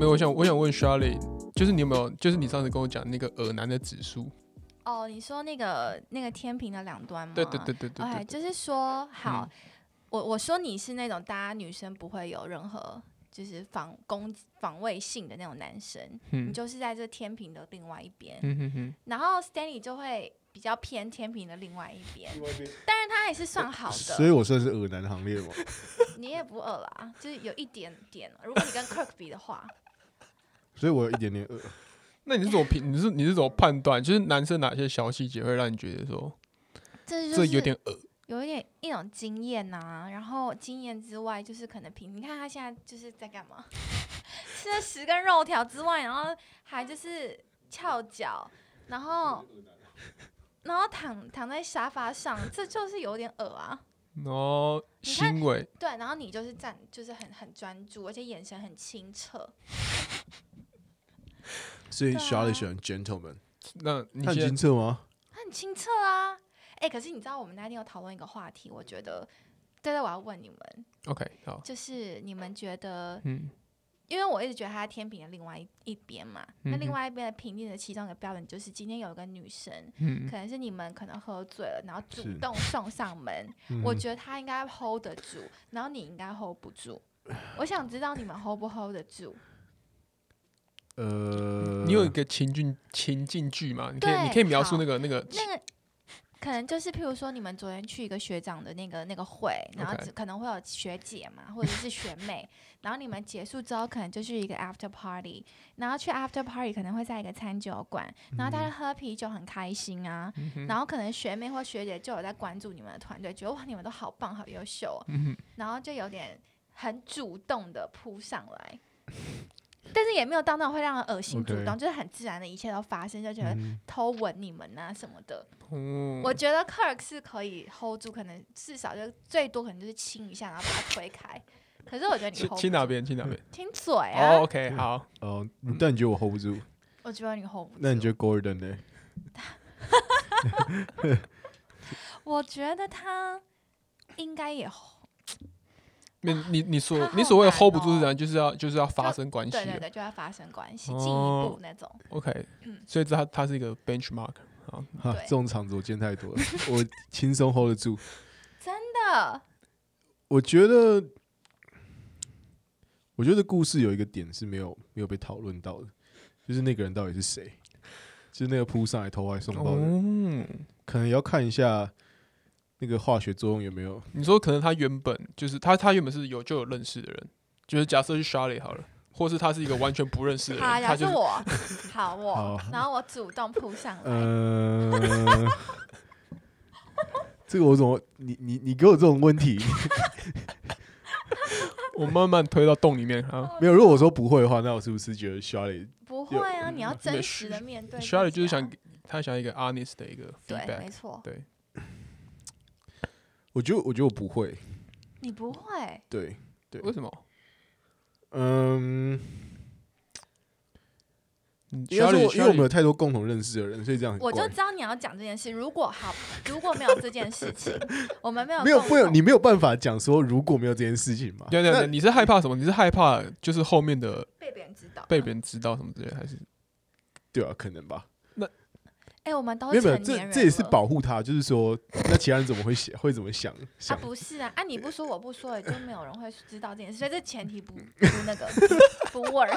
没有，我想问 Charlie， 就是你有没有，就是你上次跟我讲那个耳男的指数？ 哦，你说那个天平的两端吗？ 对对对对对对。 OK，就是说，好，我说你是那种大家女生不会有任何就是防卫性的那种男生，你就是在这天平的另外一边。然后 Stanley 就会比较偏天平的另外一边，但是他也是算好的。 所以我算是耳男行列吗？ 你也不耳啦，就是有一点点。如果你跟 Kirk 比的话， 所以我有一点点耳。 那你是怎么评？你是怎么判断？就是男生哪些小细节会让你觉得说， 这有点耳？ 有一点一种经验呐，然后经验之外，就是可能你看他现在就是在干嘛？吃了10根肉条之外，然后还就是翘脚，然后躺在沙发上，这就是有点恶啊。 哦，行为对，然后你就是站，就是很专注，而且眼神很清澈。 所以 Charlie 喜欢 gentleman， 那你他很清澈吗？ 他很清澈啊。可是你知道我们那天有讨论一个话题，我觉得，对，我要问你们 ，OK， 好， 就是你们觉得，因为我一直觉得他在天平的另外一边嘛，那另外一边的评定的其中一个标准就是今天有一个女生，可能是你们可能喝醉了，然后主动送上门，我觉得他应该 hold 得住，然后你应该 hold 不住。我想知道你们 hold 不 hold 得住？ 你有一个情境剧吗？你可以描述那个。 可能就是譬如说你们昨天去一个学长的那个会，然后可能会有学姐嘛，或者是学妹，然后你们结束之后可能就是一个 after party， 然后去 after party 可能会在一个餐酒馆，然后大家喝啤酒很开心啊，然后可能学妹或学姐就有在关注你们的团队，觉得哇你们都好棒好优秀哦，然后就有点很主动的扑上来。但是也没有到那种会让人恶心主动，就是很自然的一切都发生，就觉得偷吻你们啊什么的。我觉得 Kirk 是可以 hold 住，可能至少就最多可能就是亲一下，然后把他推开。可是我觉得你 hold 不住。 亲哪边？亲嘴啊。 OK， 好。 但你觉得我 hold 不住？ 我觉得你 hold 不住。 那你觉得 Gordon 呢？ 我觉得他应该也 hold。 你所谓 hold 不住是怎样？就是要发生关系， 对对对，就要发生关系，进一步那种。 OK，所以它是一个 benchmark。 这种场子我见太多了，我轻松 hold 得住。 真的？ 我觉得故事有一个点是没有被讨论到的，就是那个人到底是谁？就是那个扑上来偷怀送抱的人，可能也要看一下。那个化学作用有没有？ 你说可能他原本就是他原本是就有认识的人，就是假设是 Charlie 好了，或是他是一个完全不认识的人。 好， 假设我，好，然后我主动扑上来。 这个我怎么你给我这种问题？ 我慢慢推到洞里面啊。 没有，如果我说不会的话，那我是不是觉得 Charlie 不会啊？你要真实的面对。 Charlie 就是他想要一个 honest 的一个 feedback， 对，没错， 对。 我觉得我不会。 你不会？ 对， 为什么？ 应该说，因为我们有太多共同认识的人，所以这样很怪。 我就知道你要讲这件事。如果没有这件事情，我们没有你没有办法讲说如果没有这件事情嘛？ 对，你是害怕什么？你是害怕就是后面的被别人知道什么之类，还是？ 对啊，可能吧。 我们都是成年人了， 这也是保护他，就是说，那其他人怎么会怎么想？ 不是啊，你不说我不说，也就没有人会知道这件事，所以这前提不那个不 work。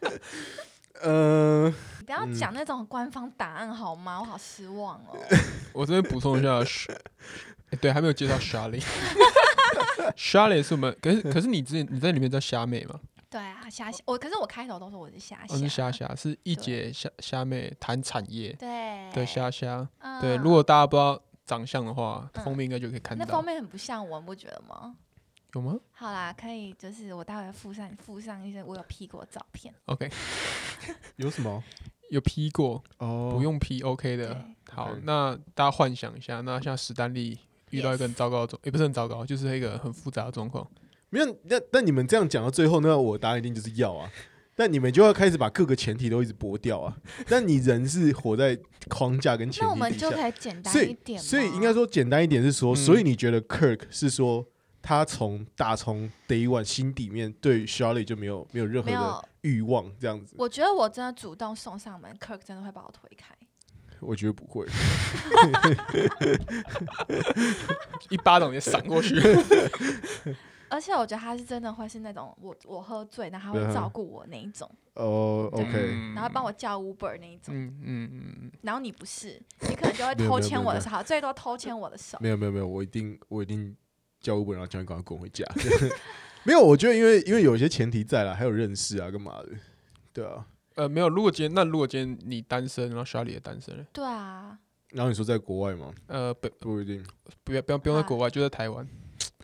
你不要讲那种官方答案好吗？我好失望哦。 我这边补充一下，对，还没有介绍 Charlie。Charlie 是我们，可是你在里面叫虾妹吗？ 对啊，可是我开头都说我是虾， 是虾，是一姐虾妹谈产业， 对虾，对，如果大家不知道长相的话，封面应该就可以看到。 那封面很不像我，你不觉得吗？ 有吗？ 好啦，可以，就是我待会附上一些我有 P 过的照片。 OK， 有什么？ 有 P 过哦， 不用 P OK 的。好，那大家幻想一下，那像史丹利遇到一个很糟糕的也不是很糟糕，就是一个很复杂的状况。 没有，但你们这样讲到最后，那我答案一定就是要啊。但你们就要开始把各个前提都一直剥掉啊。但你人是活在框架跟前提底下， 那我们就可以简单一点。 所以应该说简单一点是说，所以你觉得 Kirk 是说他从 Day One 心底面对 Charlotte 就没有任何的欲望这样子。 我觉得我真的主动送上门 ，Kirk 真的会把我推开。 我觉得不会， 一巴掌也闪过去。 而且我觉得他是真的会是那种我喝醉，然后他会照顾我那一种。 哦，OK， 然后帮我叫 Uber 那一种。然后你不是，你可能就会没有偷牵我的手，最多偷牵我的手。 没有，我一定叫 Uber，然后叫你赶快滚回家。没有，我觉得因为有一些前提在啦，还有认识啊，干嘛的？对啊。 没有。如果今天你单身，然后Charlie也单身， 对啊。 然后你说在国外吗？不一定， 不用在国外，就在台湾。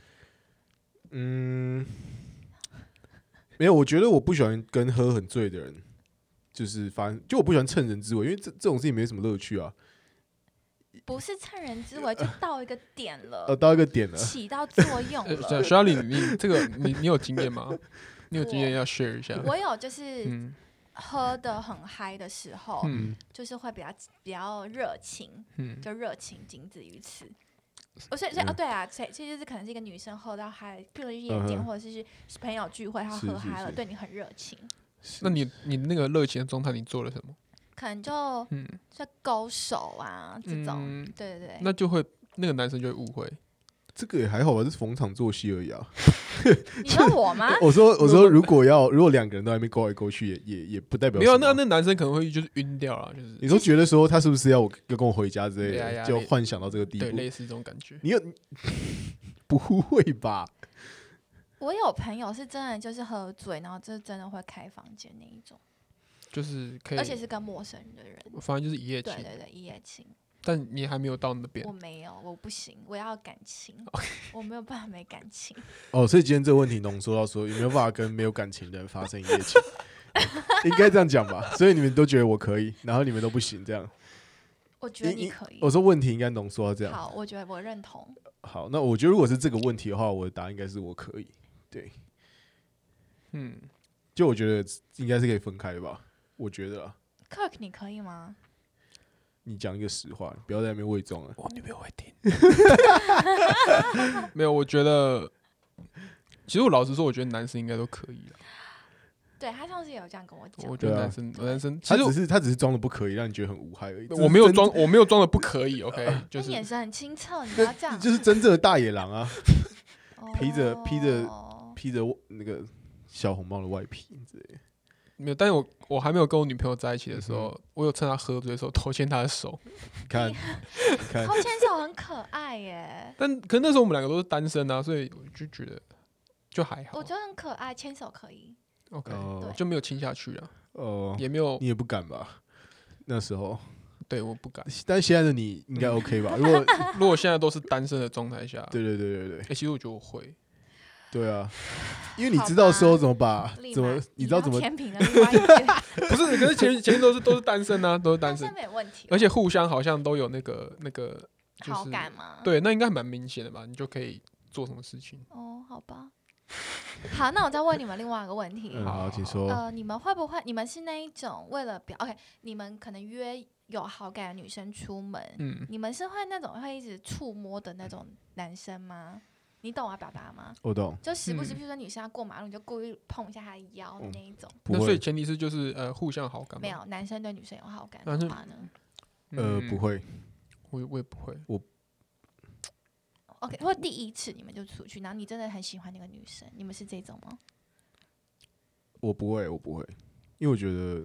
没有，我觉得我不喜欢跟喝很醉的人，就是就我不喜欢趁人之危，因为这种事情没什么乐趣啊。 不是趁人之危，就到一个点了。 到一个点了， 起到作用了。 Charlie，你这个你有经验吗？你有经验要 share 一下。 我有，就是喝得很嗨的时候，就是会比较热情，就热情仅止于此。所以对啊，所以就是可能是一个女生喝到嗨，譬如夜店或者是朋友聚会，她喝嗨了，对你很热情。 那你那个热情的状态，你做了什么？ 可能就勾手啊这种，对。 那就会那个男生就会误会。 这个也还好吧，这是逢场作戏而已啊。 你说我吗？ 我说，如果两个人都还没勾来勾去，也不代表没有。那男生可能会就是晕掉了，就是你都觉得说他是不是要跟我回家之类的，就幻想到这个地步， 对，类似这种感觉。 你不会吧？ 我有朋友是真的就是喝醉，然后就真的会开房间那一种， 就是可以， 而且是跟陌生的人， 反正就是一夜情。 对，一夜情。 但你还没有到那边。 我没有，我不行，我要感情，我没有办法没感情。 所以今天这个问题浓缩到说有没有办法跟没有感情的人发生一夜情，应该这样讲吧？所以你们都觉得我可以，然后你们都不行，这样？ 我觉得你可以。 我说问题应该浓缩到这样。 好，我觉得我认同。 好，那我觉得如果是这个问题的话，我的答案应该是我可以。对，就我觉得应该是可以分开的吧？我觉得啊。 Kirk， 你可以吗？ 你讲一个实话，不要在那边伪装了。 我女朋友会听。没有，我觉得，其实我老实说，我觉得男生应该都可以。 对，他上次也有这样跟我讲。 我觉得男生， 他只是装的不可以，让你觉得很无害而已。 我没有装的不可以。OK， 就是眼神很清澈，你不要这样。 就是真正的大野狼啊，披着那个小红帽的外皮之类的。 没有，但是我还没有跟我女朋友在一起的时候，我有趁她喝醉的时候偷牵她的手。 看， 偷牵手很可爱耶。 可是那时候我们两个都是单身啊，所以我就觉得就还好。 我觉得很可爱，牵手可以。 OK，就没有亲下去啊。也没有， 你也不敢吧？那时候， 对，我不敢。 但现在的你应该 OK 吧？ 如果现在都是单身的状态下， 对。 其实我觉得我会。 对啊，因为你知道说怎么你知道怎么天平的另外一边。 不是，可是前提都是单身啊，都是单身， 没问题。 而且互相好像都有那个好感吗？ 对，那应该蛮明显的吧？你就可以做什么事情。 好吧。好，那我再问你们另外一个问题。 好，请说。 你们会不会？你们是那一种为了OK，你们可能约有好感的女生出门，你们是会那种会一直触摸的那种男生吗？你懂我要表达吗？ 我懂。 就时不时，比如说女生要过马路，你就故意碰一下她的腰的那一种。 那所以前提是就是互相好感。 没有，男生对女生有好感的话呢？不会。 我也不会。 OK， 或第一次你们就出去，然后你真的很喜欢那个女生，你们是这种吗？ 我不会，因为我觉得，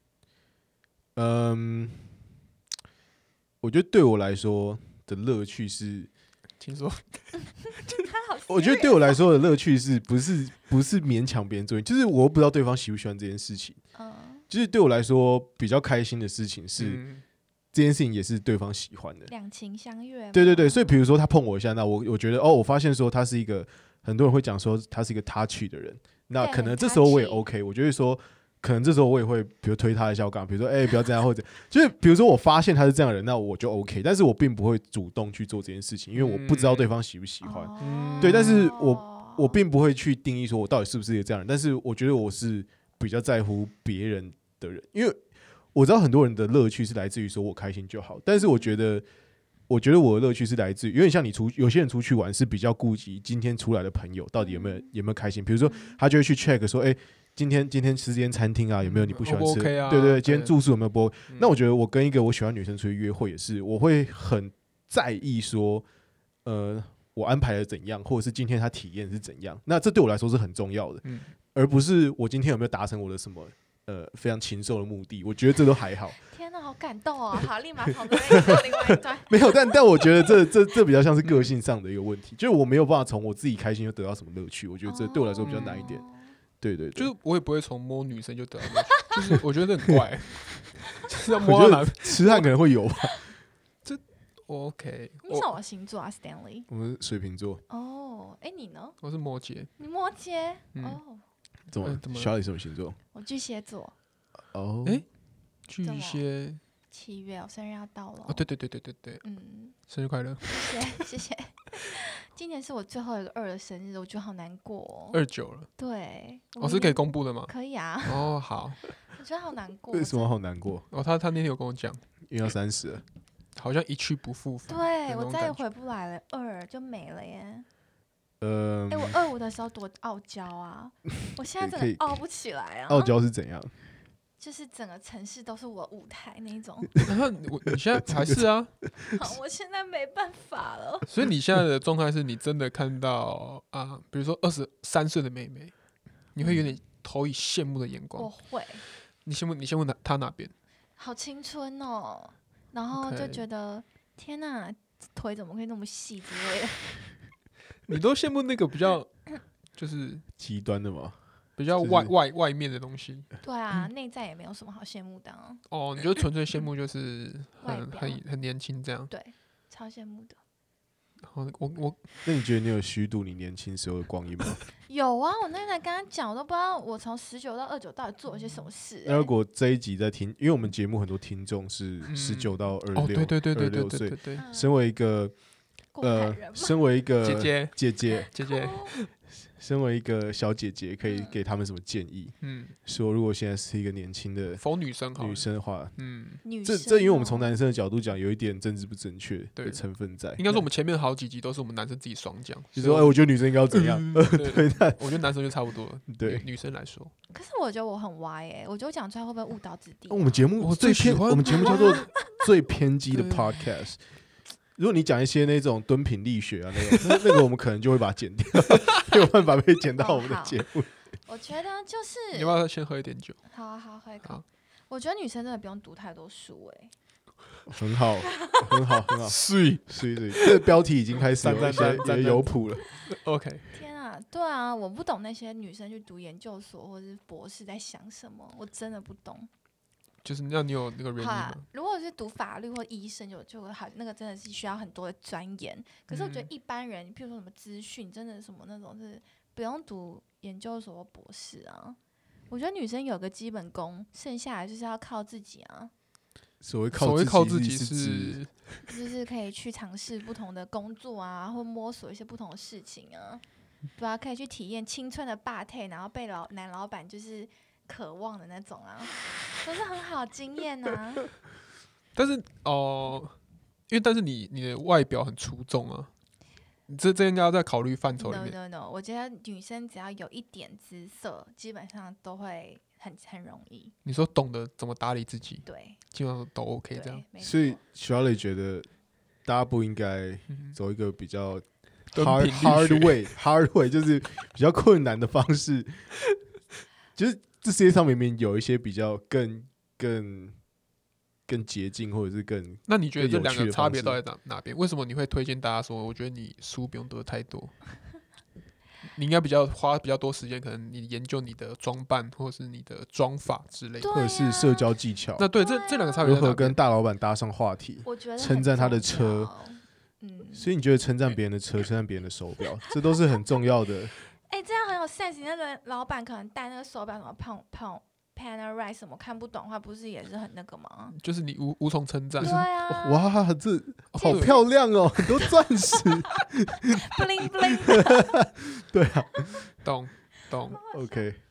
我觉得对我来说的乐趣是。 听说， 我觉得对我来说的乐趣是不是勉强别人做，就是我不知道对方喜不喜欢这件事情。就是对我来说比较开心的事情是，这件事情也是对方喜欢的， 两情相悦。 对，所以比如说他碰我一下，那我觉得我发现说他是一个很多人会讲说他是一个 touch 的人，那可能这时候我也 OK， 我就会说。可能这时候我也会，比如推他一下，我干嘛？比如说，不要这样，或者就是比如说我发现他是这样的人，那我就 OK， 但是我并不会主动去做这件事情，因为我不知道对方喜不喜欢。对，但是我并不会去定义说我到底是不是一个这样的人，但是我觉得我是比较在乎别人的人，因为我知道很多人的乐趣是来自于说我开心就好，但是我觉得我觉得我的乐趣是来自于，有点像有些人出去玩是比较顾及今天出来的朋友到底有没有开心，比如说他就会去 check 说，今天吃这间餐厅啊，有没有你不喜欢吃的？ OK 啊， 对对，今天住宿有没有不 OK？那我觉得我跟一个我喜欢女生出去约会也是，我会很在意说，我安排的怎样，或者是今天她体验是怎样。那这对我来说是很重要的，而不是我今天有没有达成我的什么非常禽兽的目的。我觉得这都还好。 天哪，好感动哦！好，立马从这边到另外一段。 没有，但我觉得这比较像是个性上的一个问题，就是我没有办法从我自己开心就得到什么乐趣。我觉得这对我来说比较难一点。对对对， 就是我也不会从摸女生就得到乐趣，就是我觉得很怪，就是要摸到哪痴汉可能会有吧。 这 OK， 你什么星座啊 ，Stanley？ 我们水瓶座。 哦，你呢？ 我是摩羯。 你摩羯？哦， 怎么？Charlie 什么星座？ 我巨蟹座。 哦， 巨蟹。 7月，我生日要到了。 哦，对，生日快乐！ 谢谢。今年是我最后一个2的生日，我觉得好难过哦。 29了。 对。 是可以公布的吗？ 可以啊。 哦，好。 我觉得好难过。 为什么好难过？ 他那天有跟我讲， 因为要30了， 好像一去不复返。 对，我再也回不来了，2就没了耶。 我 25的时候多傲娇啊！我现在真的傲不起来啊！ 傲娇是怎样？ 就是整个城市都是我舞台那一种。 你现在还是啊？ 我现在没办法了。 所以你现在的状态是你真的看到比如说23岁的妹妹，你会有点投以羡慕的眼光。 我会。 你羡慕她哪边？ 好青春哦，然后就觉得天哪，腿怎么可以那么细之类的。 你都羡慕那个比较就是极端的吗？ 比较外面的东西。 对啊，内在也没有什么好羡慕的啊。 你就纯粹羡慕就是很年轻这样。 对，超羡慕的。 那你觉得你有虚度你年轻时候的光阴吗？ 有啊，我那天才跟他讲，我都不知道我从19到29到底做了些什么事。 那如果这一集在听，因为我们节目很多听众是19到26，26岁，身为一个身为一个姐姐，身为一个小姐姐，可以给他们什么建议？说如果现在是一个年轻的女生的话， 这因为我们从男生的角度讲，有一点政治不正确的成分在。 应该说我们前面好几集都是我们男生自己双讲， 就说我觉得女生应该要怎样？ 对，我觉得男生就差不多了。 对女生来说， 可是我觉得我很歪我觉得我讲出来会不会误导子弟？ 我们节目我们节目叫做最偏激的 podcast。如果你讲一些那种敦品力学啊那个我们可能就会把它剪掉，没有办法被剪到我们的节目。 我觉得就是你要不要先喝一点酒？ 好，喝一口。我觉得女生真的不用读太多书很好。水，这个标题已经开始有一些有谱了。 OK。 天啊，对啊，我不懂那些女生去读研究所或者是博士在想什么，我真的不懂。 就是那你有那个原因吗？ 如果是读法律或医生就好，那个真的是需要很多的钻研。可是我觉得一般人，譬如说什么资讯，真的什么那种是不用读研究所或博士啊。我觉得女生有个基本功，剩下来就是要靠自己啊。 所谓靠自己是， 就是可以去尝试不同的工作啊，或摸索一些不同的事情啊。对啊，可以去体验青春的霸退，然后被男老板就是渴望的那种啊，都是很好经验啊。 但是但是你的外表很出众啊，这应该要在考虑范畴里面。 No， 我觉得女生只要有一点姿色，基本上都会很容易。 你说懂得怎么打理自己， 对， 基本上都 OK 这样。 所以 Charlie 觉得大家不应该走一个比较hard way，就是比较困难的方式，就是这世界上明明有一些比较更捷径，或者是更…… 那你觉得这两个差别到底在哪边？为什么你会推荐大家说，我觉得你书不用读太多，你应该花比较多时间，可能你研究你的装扮，或者是你的妆法之类的， 或者是社交技巧。 那对这两个差别如何跟大老板搭上话题？ 我觉得称赞他的车。所以你觉得称赞别人的车、称赞别人的手表，这都是很重要的。 这样很有 sense。那个老板可能戴那个手表什么Panerai 什么看不懂的话，不是也是很那个吗？ 就是你无从称赞。 对啊， 哇，这好漂亮哦，很多钻石，bling bling。对啊， 懂。 OK。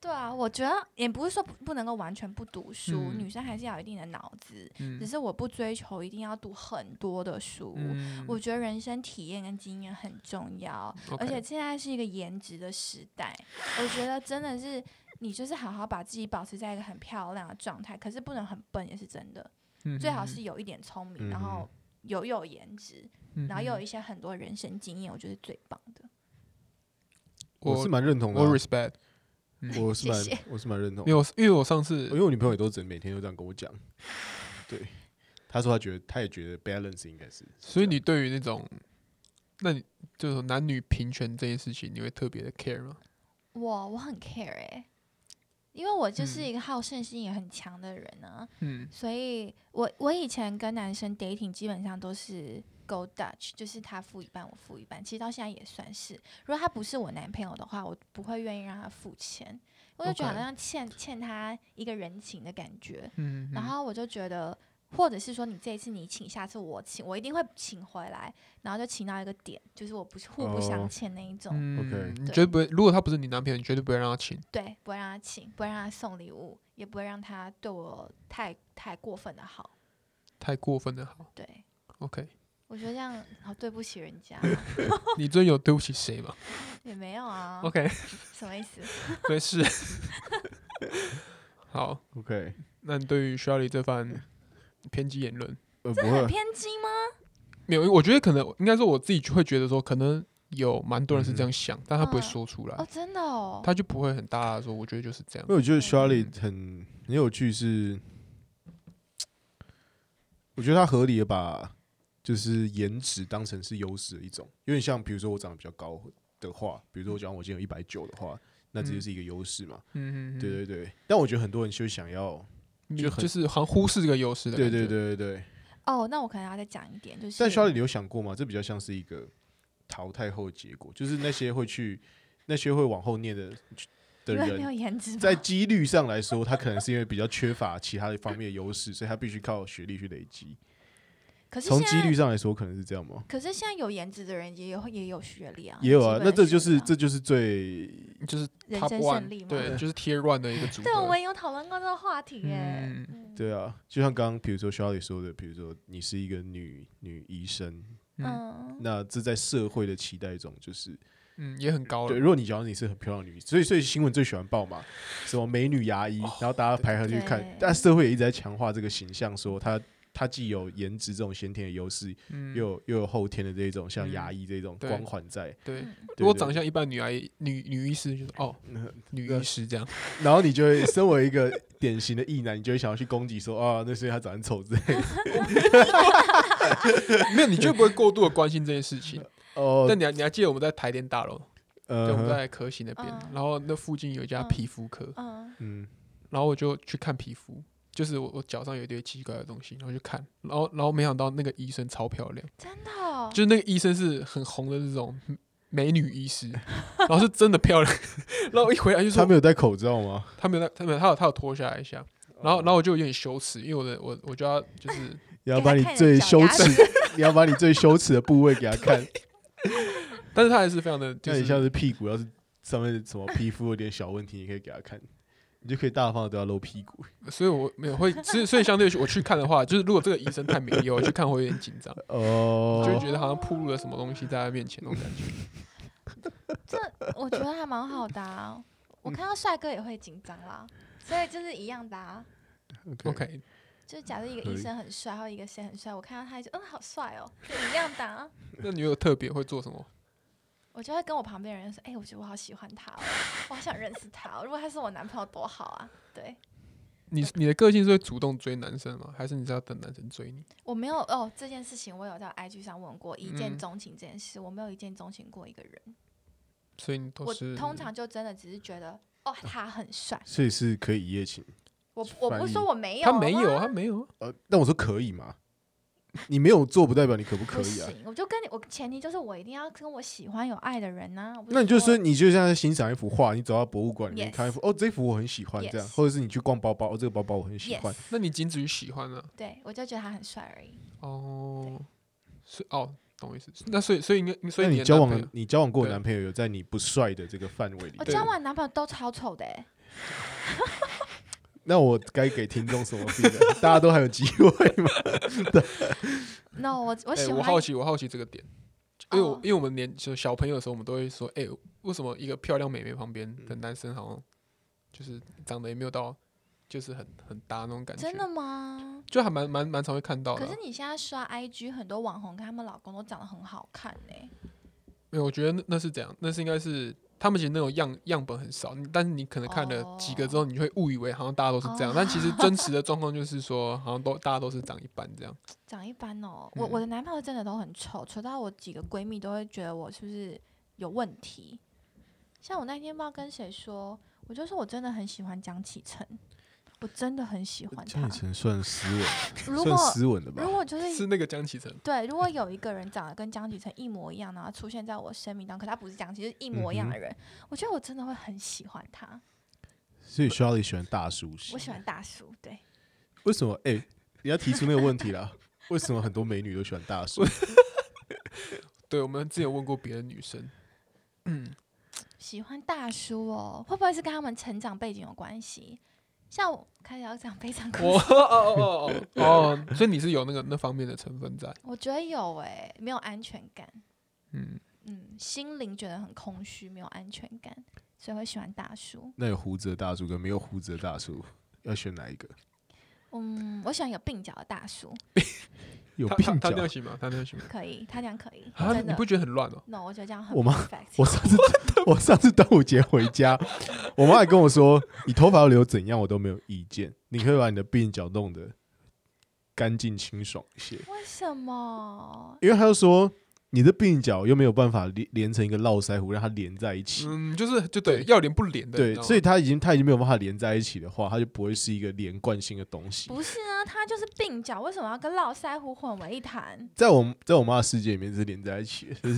对啊，我觉得也不是说不能够完全不读书，女生还是要有一定的脑子，只是我不追求一定要读很多的书，我觉得人生体验跟经验很重要，而且现在是一个颜值的时代，我觉得真的是你就是好好把自己保持在一个很漂亮的状态，可是不能很笨也是真的，最好是有一点聪明，然后有颜值，然后又有一些很多人生经验，我觉得是最棒的。 我是蛮认同的、 我 respect。 我是蛮认同的， 因为我上次， 因为我女朋友也都每天都这样跟我讲，对，她说她也觉得 balance 应该是， 所以你对于那种，那你就是男女平权这件事情，你会特别的 care 吗？ 我很 care 因为我就是一个好胜心也很强的人啊，所以我以前跟男生 dating 基本上都是 go Dutch， 就是他付一半我付一半，其实到现在也算是。如果他不是我男朋友的话，我不会愿意让他付钱，我就觉得好像欠他一个人情的感觉。然后我就觉得，或者是说你这一次你请，下次我请，我一定会请回来，然后就请到一个点，就是我不是互不相欠那一种。 OK， 你绝对不会，如果他不是你男朋友，你绝对不会让他请。 对，不会让他请，不会让他送礼物，也不会让他对我太过分的好。 太过分的好。 对 ，OK。 我觉得这样好对不起人家。 你最近有对不起谁吗？ 也没有啊。 OK。 什么意思？ 没事。好 ，OK。 那你对于 Shirley 这番偏激言论， 这很偏激吗？ 没有，我觉得可能应该说我自己会觉得说，可能有蛮多人是这样想，但他不会说出来。 哦，真的哦。 他就不会很大的说，我觉得就是这样。 因为我觉得 Shirley 很有趣是，我觉得他合理的把就是颜值当成是优势的一种，有点像比如说我长得比较高的话，比如说我讲我今天有190的话，那这就是一个优势嘛。对对对。但我觉得很多人就想要就是好像忽视这个优势的感觉。 对。 哦，那我可能要再讲一点，就是。 但 Shirley 你有想过吗？这比较像是一个淘汰后的结果，就是那些会往后念的人，在几率上来说，他可能是因为比较缺乏其他的方面的优势，所以他必须靠学历去累积。 可是从几率上来说，可能是这样吗？ 可是现在有颜值的人也有学历啊， 也有啊。那这就是最就是人生胜利嘛， 对，就是 Tier 1的一个组合。 对，我们有讨论过这个话题耶。 对啊，就像刚刚比如说 Shirley 说的，比如说你是一个女医生，那这在社会的期待中就是也很高了。 对，如果你假如你是很漂亮的女，所以新闻最喜欢报嘛，什么美女牙医，然后大家排合去看，但社会也一直在强化这个形象，说她既有颜值这种先天的优势，又有后天的这种像牙医这种光环在。 对，如果长相一般女医师就是女医师这样， 然后你就会身为一个典型的异男，你就会想要去攻击说啊，那是因为他长得丑之类的。 没有，你就不会过度的关心这件事情。但你还记得我们在台电大楼，就我们在科系那边，然后那附近有一家皮肤科，然后我就去看皮肤。就是我脚上有一堆奇怪的东西，然后去看，然后没想到那个医生超漂亮， 真的哦， 就是那个医生是很红的这种美女医师，然后是真的漂亮，然后一回来就说他没有戴口罩吗？ 他没有，他有脱下来一下，然后我就有点羞耻，因为我就要就是你要把你最羞耻，你要把你最羞耻的部位给他看， 但是他还是非常的，就是像是屁股，要是上面什么皮肤有点小问题，你可以给他看。你就可以大方的对他露屁股， 所以我没有会，所以相对我去看的话，就是如果这个医生太美丽，我去看会有点紧张，就会觉得好像暴露了什么东西在他面前那种感觉。 这我觉得还蛮好的啊，我看到帅哥也会紧张啦，所以就是一样的啊。 OK， 就是假设一个医生很帅，或一个谁很帅，我看到他就好帅哦，就一样的啊。 那你有特别会做什么？ 我就会跟我旁边的人说：“我觉得我好喜欢他哦，我好想认识他哦。如果他是我男朋友多好啊！”对， 你的个性是会主动追男生吗？还是你是要等男生追你？ 我没有这件事情我有在 IG 上问过一见钟情这件事，我没有一见钟情过一个人。 所以你都是我通常就真的只是觉得他很帅， 所以是可以一夜情。 我不是说我没有， 他没有。 但我说可以吗？你没有做不代表你可不可以啊？ 不行，我就跟你，我前提就是我一定要跟我喜欢有爱的人呐。 那你就说，你就像在欣赏一幅画，你走到博物馆里面看一幅，这幅我很喜欢，这样，或者是你去逛包包，这个包包我很喜欢。 那你仅止于喜欢啊？ 对，我就觉得他很帅而已。 懂我意思。那所以你交往过的男朋友有在你不帅的这个范围里？ 我交往男朋友都超丑的那我该给听众什么 feedback？ 大家都还有机会吗？ No， 我喜欢。 我好奇这个点，因为我们就小朋友的时候，我们都会说，为什么一个漂亮妹妹旁边的男生好像就是长得也没有到，就是很搭那种感觉。 真的吗？ 就还蛮常会看到的。 可是你现在刷 IG， 很多网红跟他们老公都长得很好看呢。 没有，我觉得那是这样，那是应该是他们其实那种样本很少，但是你可能看了几个之后，你会误以为好像大家都是这样，但其实真实的状况就是说，好像大家都是长一般这样。 长一般哦，我的男朋友真的都很丑，丑到我几个闺蜜都会觉得我是不是有问题。像我那天不知道跟谁说，我就说我真的很喜欢江启程。我真的很喜欢他。 江启程算斯文， 算斯文的吧？ 如果就是那个江启程， 对，如果有一个人长得跟江启程一模一样，然后出现在我生命当中，可他不是江启程，就是一模一样的人，我觉得我真的会很喜欢他。 所以 Charlie 喜欢大叔型， 我喜欢大叔，对。 为什么？你要提出那个问题啦。为什么很多美女都喜欢大叔？ 对，我们之前有问过别的女生， 喜欢大叔哦，会不会是跟他们成长背景有关系？像我开始要讲非常故事所以你是有那方面的成分在？ 我觉得有没有安全感，心灵觉得很空虚，没有安全感，所以会喜欢大叔。 那有胡子的大叔跟没有胡子的大叔，要选哪一个？ 我喜欢有鬓角的大叔。 有鬓角， 他那样行吗？他那样行吗？ 可以，他这样可以。 你不觉得很乱哦 ？No， 我觉得这样很 perfect。我上次端午节回家，我妈还跟我说：“你头发要留怎样，我都没有意见，你可以把你的鬓角弄得干净清爽一些。” 为什么？ 因为他就说你的鬓角又没有办法连成一个络腮胡，让它连在一起。 就对，要连不连的。 对，所以他已经没有办法连在一起的话，它就不会是一个连贯性的东西。 不是啊，它就是鬓角，为什么要跟络腮胡混为一谈？ 在我妈的世界里面是连在一起的，就是。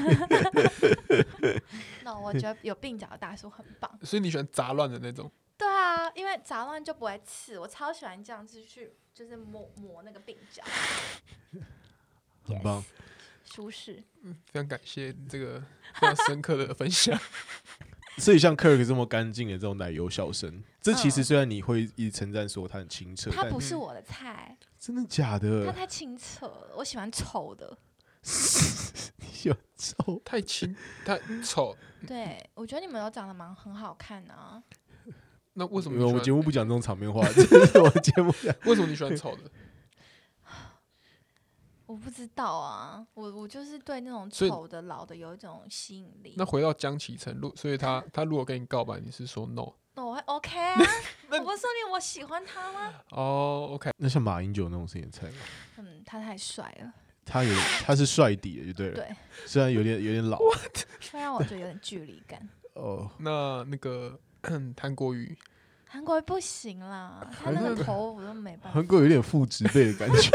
那我觉得有鬓角的大叔很棒。 所以你喜欢杂乱的那种？ 对啊，因为杂乱就不会刺，我超喜欢这样子去，就是抹那个鬓角。 很棒。 舒适， 非常感谢这个非常深刻的分享。 所以像 Kirk 这么干净的这种奶油小生，这其实虽然你会一直称赞说他很清澈， 他不是我的菜。 真的假的？ 他太清澈了，我喜欢丑的。 你喜欢丑？ 太丑。 对，我觉得你们都长得很好看啊。 那为什么我们节目不讲这种场面话？这是我节目讲。 为什么你喜欢丑的？ 我不知道啊，我就是对那种丑的老的有一种吸引力。 那回到江启程，所以他如果跟你告白，你是说 no？ 那我会 OK 啊，我不是说我喜欢他吗 ？OK。 那像马英九那种是你的菜吗？ 他太帅了。 他是帅底的，就对了。 对， 虽然有点老， 会让我觉得有点距离感。 那个韩国瑜不行啦，他那个头我都没办法。 韩国有点父职辈的感觉。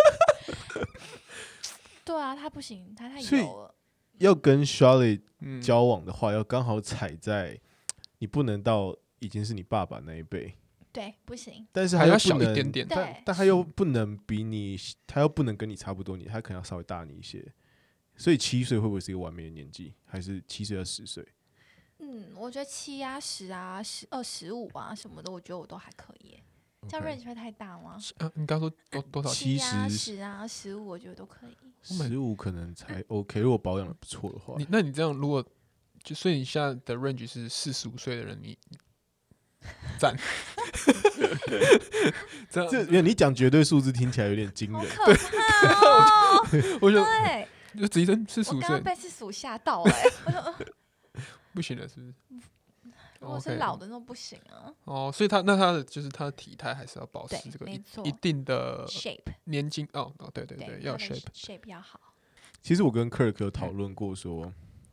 对啊，他不行，他太油了。 要跟 Charlotte 交往的话，要刚好踩在你不能到已经是你爸爸那一辈。 对，不行。 但是还要小一点点， 但他又不能比你，他又不能跟你差不多，他可能要稍微大你一些。所以7岁会不会是一个完美的年纪？还是7岁到10岁？ 我觉得7啊、10啊、15啊什么的，我觉得我都还可以。这样 range 会太大吗？ 你刚说多少 ？7啊、10啊、15，我觉得都可以。 15可能才 OK， 如果保养的不错的话。 那你这样如果所以你现在的 range 是45岁的人，你赞。 这你讲绝对数字听起来有点惊人， 好可怕哦！ 我想对， 就直接45岁， 我刚刚被45吓到不行了，是不是？ 如果是老的那不行啊。 所以他的就是他的体态还是要保持这个一定的 shape 年轻对，要 shape 要好。 其实我跟 Kirk 有讨论过说，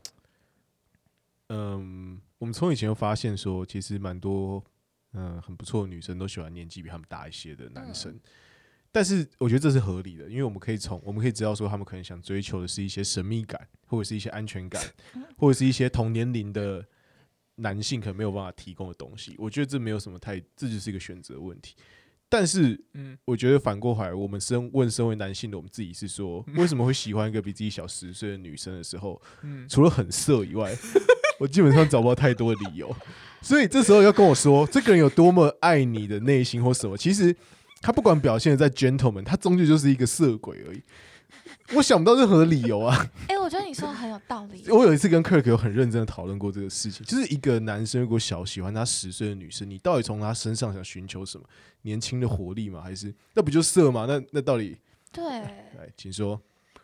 我们从以前就发现说，其实蛮多很不错的女生都喜欢年纪比他们大一些的男生。但是我觉得这是合理的，因为我们可以知道说，他们可能想追求的是一些神秘感，或者是一些安全感，或者是一些同年龄的男性可能没有办法提供的东西。我觉得这没有什么这就是一个选择问题。但是，我觉得反过来，我们身为男性的我们自己是说，为什么会喜欢一个比自己小10岁的女生的时候，除了很色以外，我基本上找不到太多的理由。 所以这时候要跟我说，这个人有多么爱你的内心或什么，其实他不管表现的再 gentleman， 他终究就是一个色鬼而已。我想不到任何的理由啊！ 我觉得你说的很有道理。 我有一次跟 Kirk 有很认真的讨论过这个事情，就是一个男生如果喜欢他10岁的女生，你到底从他身上想寻求什么？年轻的活力吗？还是那不就色吗？那到底？ 对， 来，请说。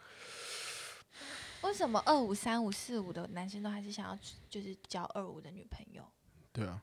为什么25、35、45的男生都还是想要就是交25的女朋友？ 对啊，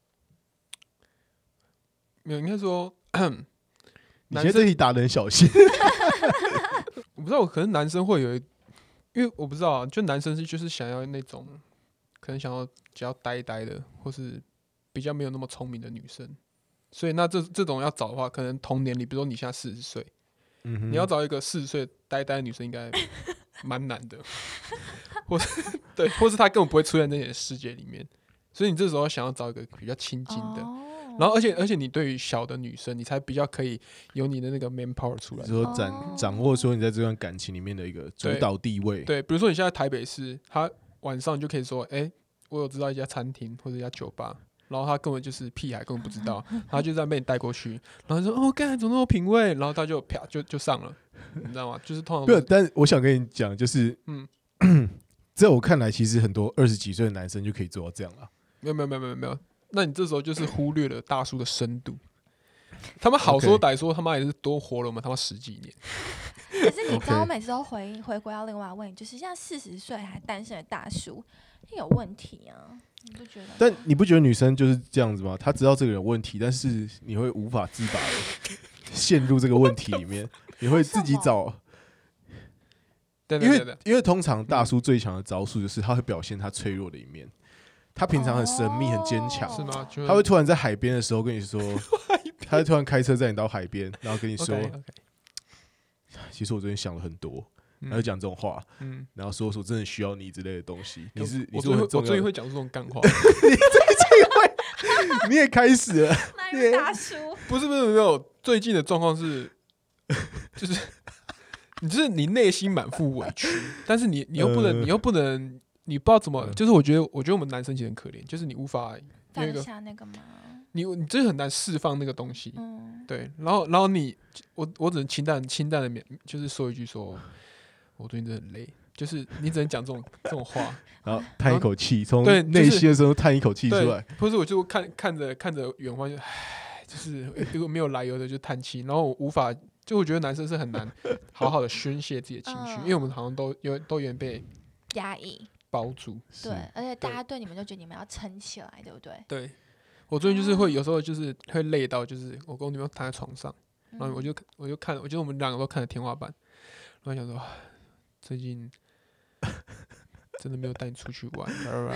没有，应该说， 你现在这题打得很小心。 我不知道，可能男生会有因为我不知道啊，就男生就是想要那种，可能想要比较呆呆的，或是比较没有那么聪明的女生。所以那这种要找的话，可能同年龄，比如说你现在40岁，你要找一个40岁呆呆的女生，应该蛮难的，或是对，或是她根本不会出现在你的世界里面。所以你这时候想要找一个比较亲近的。然后，而且你对于小的女生，你才比较可以有你的那个 man power 出来， 说掌握说你在这段感情里面的一个主导地位。 对，比如说你现在台北市，他晚上就可以说，我有知道一家餐厅或者一家酒吧，然后他根本就是屁孩，根本不知道，他就这样被你带过去，然后他说哦，干怎么那么有品味，然后他就啪就上了，你知道吗？就是通常对，但我想跟你讲，就是在我看来，其实很多20几岁的男生就可以做到这样了。 没有。那你这时候就是忽略了大叔的深度。他们好说歹说，他妈也是多活了我们他妈10几年。 可是你知道，我每次都回归到另外问你，就是像40岁还单身的大叔，有问题啊？你不觉得？ 但你不觉得女生就是这样子吗？她知道这个人有问题，但是你会无法自拔的陷入这个问题里面，你会自己找。因为通常大叔最强的招数就是他会表现他脆弱的一面。他平常很神秘、很坚强， 是吗？ 他会突然在海边的时候跟你说，他会突然开车载你到海边，然后跟你说，其实我最近想了很多，然后讲这种话，然后说我真的需要你之类的东西。我最近会讲这种干话， 你也开始了， 哪位大叔？ 不是没有，最近的状况是，就是你内心满腹委屈，但是你又不能。你不知道怎么，就是我觉得我们男生其实很可怜，就是你无法放下那个吗？ 你真的很难释放那个东西，对，然后我只能清淡的就是说一句说，我最近真的很累，就是你只能讲这种话， 然后叹一口气，从内心的时候叹一口气出来， 或者我就看着远方，就是如果没有来由的就叹气，然后我无法，就我觉得男生是很难好好的宣泄自己的情绪，因为我们好像都有点被压抑。 包住， 对，而且大家对你们就觉得你们要撑起来，对不对？ 对，我最近就是会有时候就是会累到，就是我跟我女朋友躺在床上，然后我就看，我觉得我们两个都看着天花板，然后想说最近真的没有带你出去玩，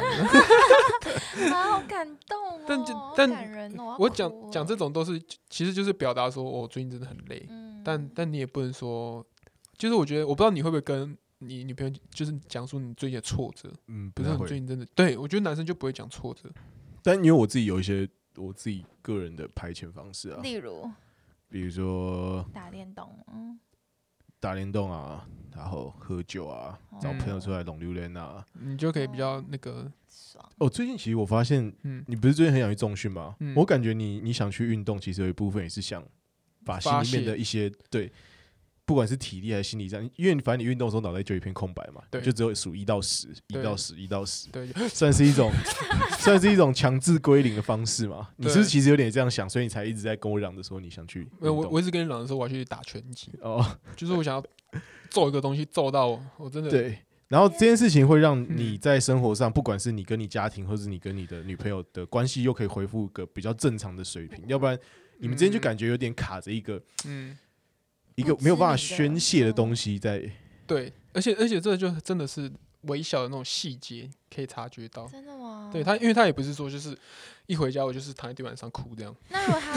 好感动哦， 但感人哦， 我讲这种都是其实就是表达说我最近真的很累，但你也不能说，就是我觉得我不知道你会不会跟你女朋友就是讲述你最近的挫折，不是你最近真的，对，我觉得男生就不会讲挫折， 但因为我自己有一些我自己个人的排遣方式啊，比如说打电动啊，然后喝酒啊，找朋友出来拢榴莲啊， 你就可以比较那个爽。 最近其实我发现，你不是最近很想去重训吗？我感觉你想去运动，其实有一部分也是想把心里面的一些对。不管是体力还是心理上，因为反正你运动的时候脑袋就一片空白嘛，就只有数1到10，对，算是一种强制归零的方式嘛。你是不是其实有点这样想，所以你才一直在跟我嚷着说你想去运动？ 我一直跟你嚷着说我要去打拳击就是我想要揍一个东西揍到我真的对。然后这件事情会让你在生活上，不管是你跟你家庭，或是你跟你的女朋友的关系，又可以恢复个比较正常的水平。要不然你们之间就感觉有点卡着一个没有办法宣泄的东西在。 对，而且这就真的是微小的那种细节可以察觉到。 真的吗？ 对他，因为他也不是说就是一回家我就是躺在地板上哭这样。 那如果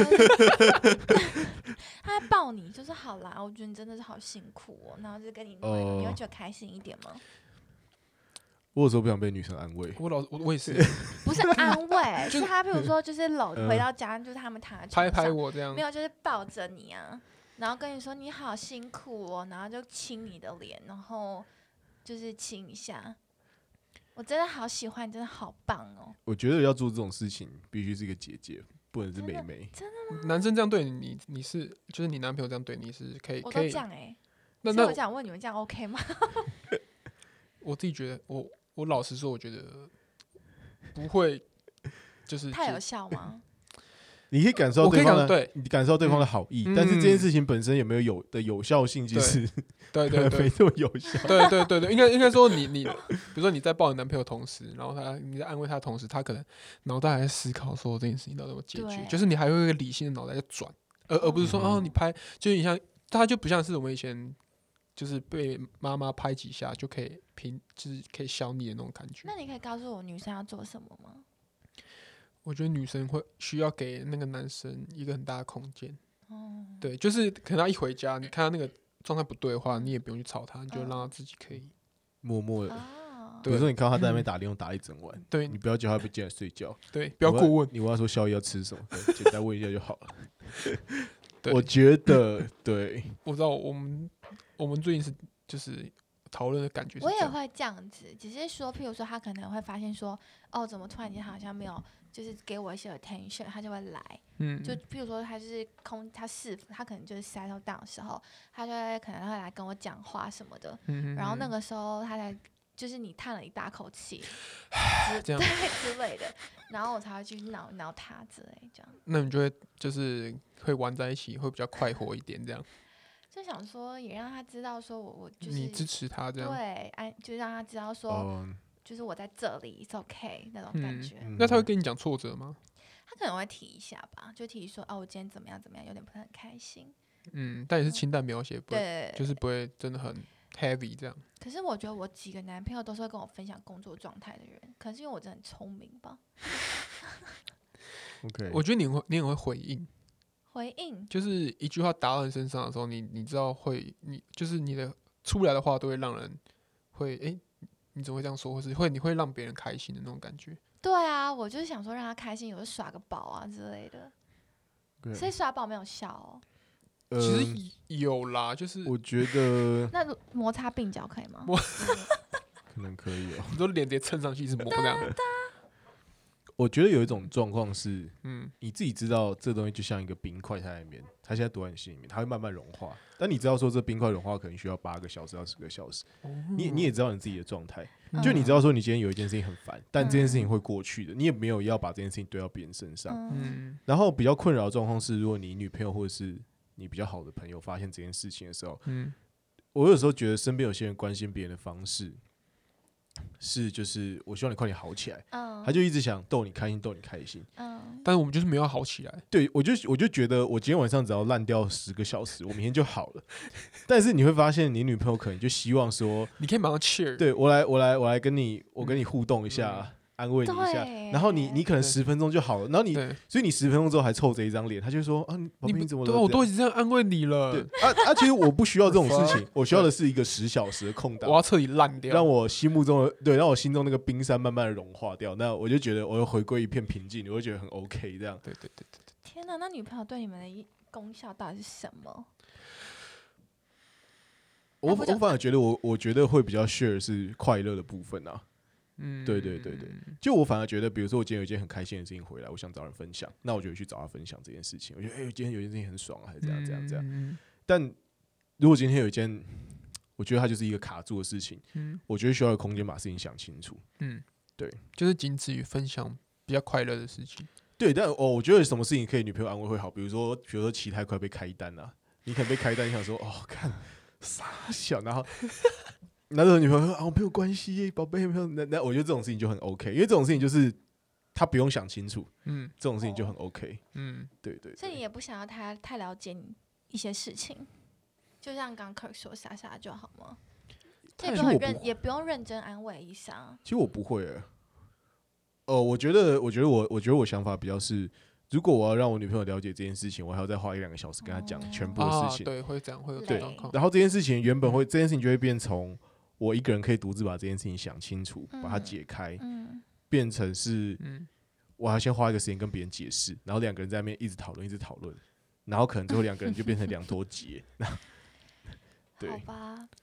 他在抱你，就是好啦，我觉得你真的是好辛苦哦，然后就跟你你会觉得开心一点吗？ 我有时候不想被女生安慰， 我也是， 不是安慰，是他，比如说就是回到家，就是他们躺在床上拍我这样， 没有，就是抱着你啊。然后跟你说你好辛苦哦，然后就亲你的脸，然后就是亲一下。 我真的好喜欢，你真的好棒哦！ 我觉得要做这种事情，必须是一个姐姐，不能是妹妹。 真的吗？ 男生这样对你，你是就是你男朋友这样对你是可以， 我可以。 都这样那所以我想问你们这样 OK 吗？ 我自己觉得，我老实说，我觉得不会，就是太有效吗？ 你可以感受到对方的， 对， 你感受到对方的好意，但是这件事情本身有没有有效性，其实对没这么有效。 对，应该说你，比如说你在抱你男朋友的同时，然后你在安慰他的同时，他可能脑袋还在思考说这件事情到底怎么解决，就是你还会有一个理性的脑袋在转，而不是说哦你拍，就是你像他就不像是我们以前就是被妈妈拍几下就可以就是可以消弭的那种感觉。 那你可以告诉我女生要做什么吗？ 我觉得女生会需要给那个男生一个很大的空间。 哦， 对，就是可能他一回家，你看他那个状态不对的话，你也不用去吵他，你就让他自己可以默默的。 哦， 比如说你看到他在那边打电话打一整晚， 对你不要叫他进来睡觉， 对，不要过问。 你问他说宵夜要吃什么，对简单问一下就好了。 对我觉得对， 我知道我们最近是就是讨论的感觉是这样。 我也会这样子，只是说，譬如说他可能会发现说，哦，怎么突然间好像没有，就是给我一些 attention，他就会来。就譬如说他就是他可能就是 settle down 的时候，他就会可能会来跟我讲话什么的。然后那个时候他才就是你叹了一大口气， 这样对之类的，然后我才会去挠挠他之类这样。 那你就会就是会玩在一起，会比较快活一点，这样。 就想说也让他知道说我就是你支持他这样。 对，就让他知道说，就是我在这里，it's okay 那种感觉。 那他会跟你讲挫折吗？ 他可能会提一下吧，就提说，哦，我今天怎么样怎么样，有点不是很开心。 但也是清淡描写，不会对， 就是不会真的很 heavy 这样。 可是我觉得我几个男朋友都是会跟我分享工作状态的人，可能是因为我真的很聪明吧。 OK， 我觉得你很会回应，就是一句话打到人身上的时候，你知道你就是你的出来的话都会让人会你怎么会这样说，或是你会让别人开心的那种感觉。 对啊，我就是想说让他开心，有时候耍个宝啊之类的。所以耍宝没有效哦。 其实有啦，就是我觉得那摩擦鬓角可以吗？ 可能可以哦。 你说脸直接蹭上去一直磨这样。 我觉得有一种状况是，你自己知道这东西就像一个冰块在里面，它现在躲在你心里面，它会慢慢融化。但你知道说这冰块融化可能需要8个小时到10个小时，你也知道你自己的状态，就你知道说你今天有一件事情很烦，但这件事情会过去的，你也没有要把这件事情堆到别人身上。然后比较困扰的状况是，如果你女朋友或者是你比较好的朋友发现这件事情的时候，我有时候觉得身边有些人关心别人的方式是，就是我希望你快点好起来，他就一直想逗你开心，逗你开心， 但是我们就是没有好起来。 对，我就觉得我今天晚上只要烂掉10个小时，我明天就好了。但是你会发现，你女朋友可能就希望说， 你可以马上 cheer， 对我来跟你互动一下。安慰你一下，然后你可能10分钟就好了，然后所以你10分钟之后还臭着一张脸，他就说啊，宝贝你怎么了？ 对，我都已经这样安慰你了。 对其实我不需要这种事情，我需要的是一个10小时的空档， 我要彻底烂掉， 让我心中那个冰山慢慢的融化掉。那我就觉得我又回归一片平静，我就觉得很 OK 这样。 对。 天哪，那女朋友对你们的功效到底是什么？ 我反而觉得我觉得会比较 share 是快乐的部分啊。对，就我反而觉得，比如说我今天有一件很开心的事情回来，我想找人分享，那我就会去找他分享这件事情。我觉得，今天有一件事情很爽啊，还是这样。但如果今天有一件，我觉得它就是一个卡住的事情，我觉得需要有空间把事情想清楚。对， 就是仅止于分享比较快乐的事情。 对，但我觉得什么事情可以女朋友安慰会好，比如说期胎快被开单啊，你可能被开单，你想说看傻小，然后。那时候女朋友说没有关系，宝贝没有。那我觉得这种事情就很 OK， 因为这种事情就是他不用想清楚，这种事情就很 OK，对。 所以你也不想要他太了解你一些事情，就像刚 Kirk 说傻傻就好吗？也不用认真安慰一下。 其实我不会我觉得我想法比较是，如果我要让我女朋友了解这件事情，我还要再花1-2个小时跟她讲全部的事情。 对，会这样，会有对状况。 然后这件事情这件事情就会变从我一个人可以独自把这件事情想清楚，把它解开，变成是，我还先花一个时间跟别人解释，然后2个人在那边一直讨论，然后可能最后2个人就变成2坨结。对， 好吧，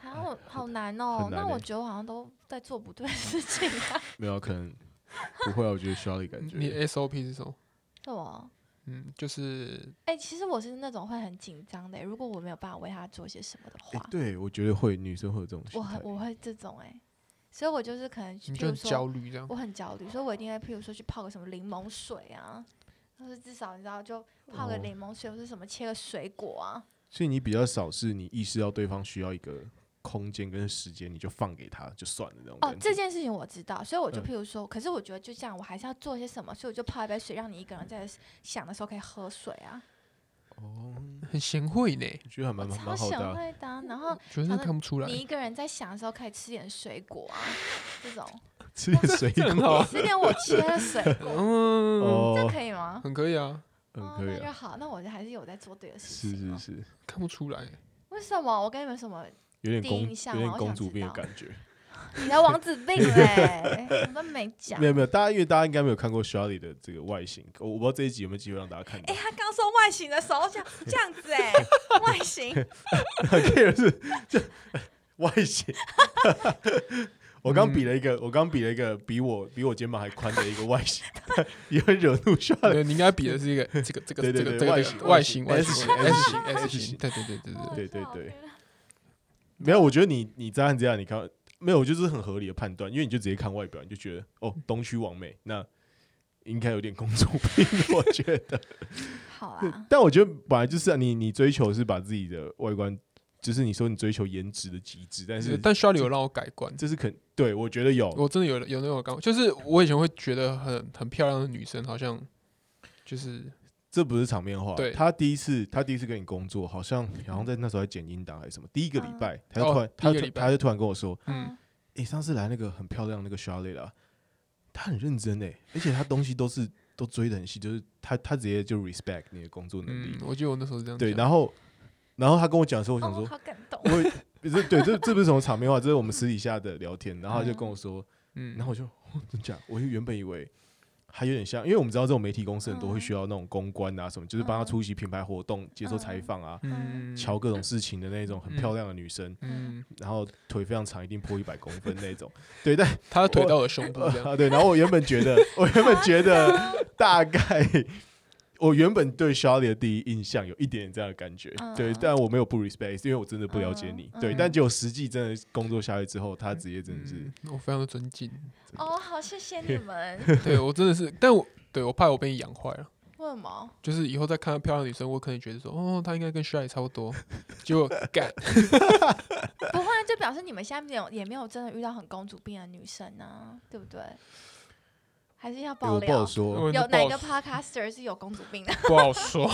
好难哦。那我觉得我好像都在做不对的事情啊。 没有，可能不会啊。我觉得需要的感觉。 你的 SOP 是什么？ 是我。 就是其实我是那种会很紧张的，如果我没有办法为他做些什么的话， 对，我觉得会，女生会有这种心态。 我会这种所以我就是可能， 你就很焦虑这样。 我很焦虑，所以我一定会，譬如说去泡个什么柠檬水啊，或是至少你知道，就泡个柠檬水，或是什么切个水果啊。 所以你比较少是你意识到对方需要一个空间跟时间，你就放给他就算了那种感觉。 这件事情我知道，所以我就譬如说，可是我觉得就这样，我还是要做些什么，所以我就泡一杯水，让你一个人在想的时候可以喝水啊。 很贤惠呢， 我觉得还蛮好的。 超贤惠的然后觉得看不出来。 你一个人在想的时候，可以吃点水果啊，这种吃点水果， 吃点我切的水果，这可以吗？ 很可以啊， 可以那就好。那我还是有在做对的事情。 是， 看不出来。 为什么？我跟你们什么？ 有点公主病的感觉。 你的王子病嘞，我都没讲。 没有，因为大家应该没有看过 Charlie 的这个外形，我不知道这一集有没有机会让大家看到。 他刚说外形的时候这样子外形。 很 care 是就外形。我刚比了一个比我肩膀还宽的一个外形，也很惹怒 Charlie。 你应该比的是一个这个外形 S 型，对。 没有，我觉得你这样你看没有，我觉得这是很合理的判断，因为你就直接看外表，你就觉得东区完美，那应该有点公主病，我觉得。 好啊。 但我觉得本来就是你追求是把自己的外观，就是你说你追求颜值的极致，但 Charlie 有让我改观， 这是对，我觉得有， 我真的有那种感觉，就是我以前会觉得很漂亮的女生，好像就是。 这不是场面话。 对， 他第一次跟你工作，好像在那时候在剪音档还是什么。第一个礼拜，他就突然跟我说：“上次来那个很漂亮那个 Charlie 啦，他很认真而且他东西都追得很细，就是他直接就 respect 你的工作能力。” 我记得我那时候是这样讲。 对，然后他跟我讲的时候，我想说， 好感动。 这不是什么场面话，这是我们私底下的聊天。然后他就跟我说，然后我就真假，我原本以为。还有点像，因为我们知道这种媒体公司很多会需要那种公关啊什么，就是帮他出席品牌活动、接受采访啊、瞧各种事情的那种很漂亮的女生，然后腿非常长，一定破100公分那种。对，但她的腿到我胸部这样。 对，然后我原本觉得大概，我原本对 Charlie 的第一印象有一点点这样的感觉，对，但我没有不 respect，因为我真的不了解你，对，但结果实际真的工作下来之后，他职业真的是， 我非常的尊敬。 好，谢谢你们。 对我真的是，但我怕我被你养坏了。 为什么？ 就是以后再看到漂亮女生，我可能觉得说，她应该跟 Charlie 差不多，结果干。 不会，就表示你们现在也没有真的遇到很公主病的女生啊，对不对？还是要爆料？ 不好说， 有哪个 podcaster 是有公主病的？ 不好说，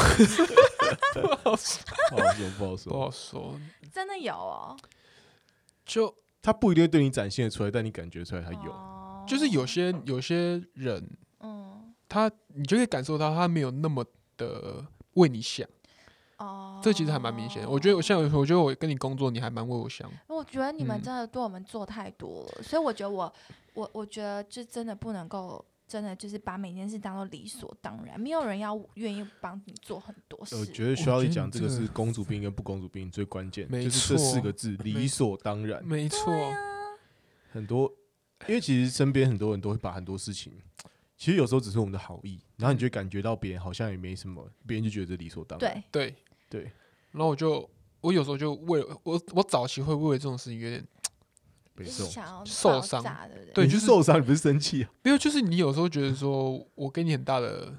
不好说。 真的有哦。 就他不一定会对你展现出来，但你感觉出来他有。 就是有些人，你就可以感受到他没有那么的为你想。这其实还蛮明显的。我觉得我跟你工作，你还蛮为我想。 我觉得你们真的对我们做太多了，所以我觉得我觉得就真的不能够。真的就是把每件事当做理所当然，没有人愿意帮你做很多事。 我觉得需要你讲这个是公主病跟不公主病最关键，就是这4个字理所当然。 没错， 很多，因为其实身边很多人都会把很多事情，其实有时候只是我们的好意，然后你就感觉到别人好像也没什么，别人就觉得理所当然。 对。然后我有时候就为了我早期会为了这种事情有点。受伤，对，就是受伤，你不是生气啊？ 没有，就是你有时候觉得说，我给你很大的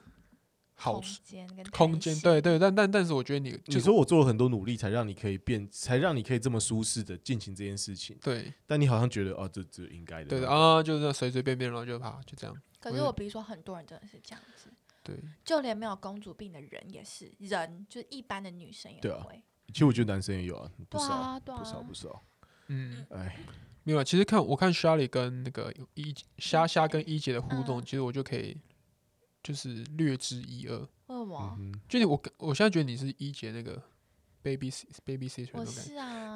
空间，对，但是我觉得你说我做了很多努力，才让你可以这么舒适的进行这件事情， 对， 但你好像觉得这应该的， 对就是随随便便，然后就这样。 可是我比如说很多人真的是这样子， 对， 就连没有公主病的人也是人，就是一般的女生也会。 其实我觉得男生也有啊，不少， 没有，其实我看 Charlie 跟那个虾跟一姐的互动，其实我就可以就是略知一二。 为什么？ 就是我现在觉得你是一姐那个 baby sister。 我是啊，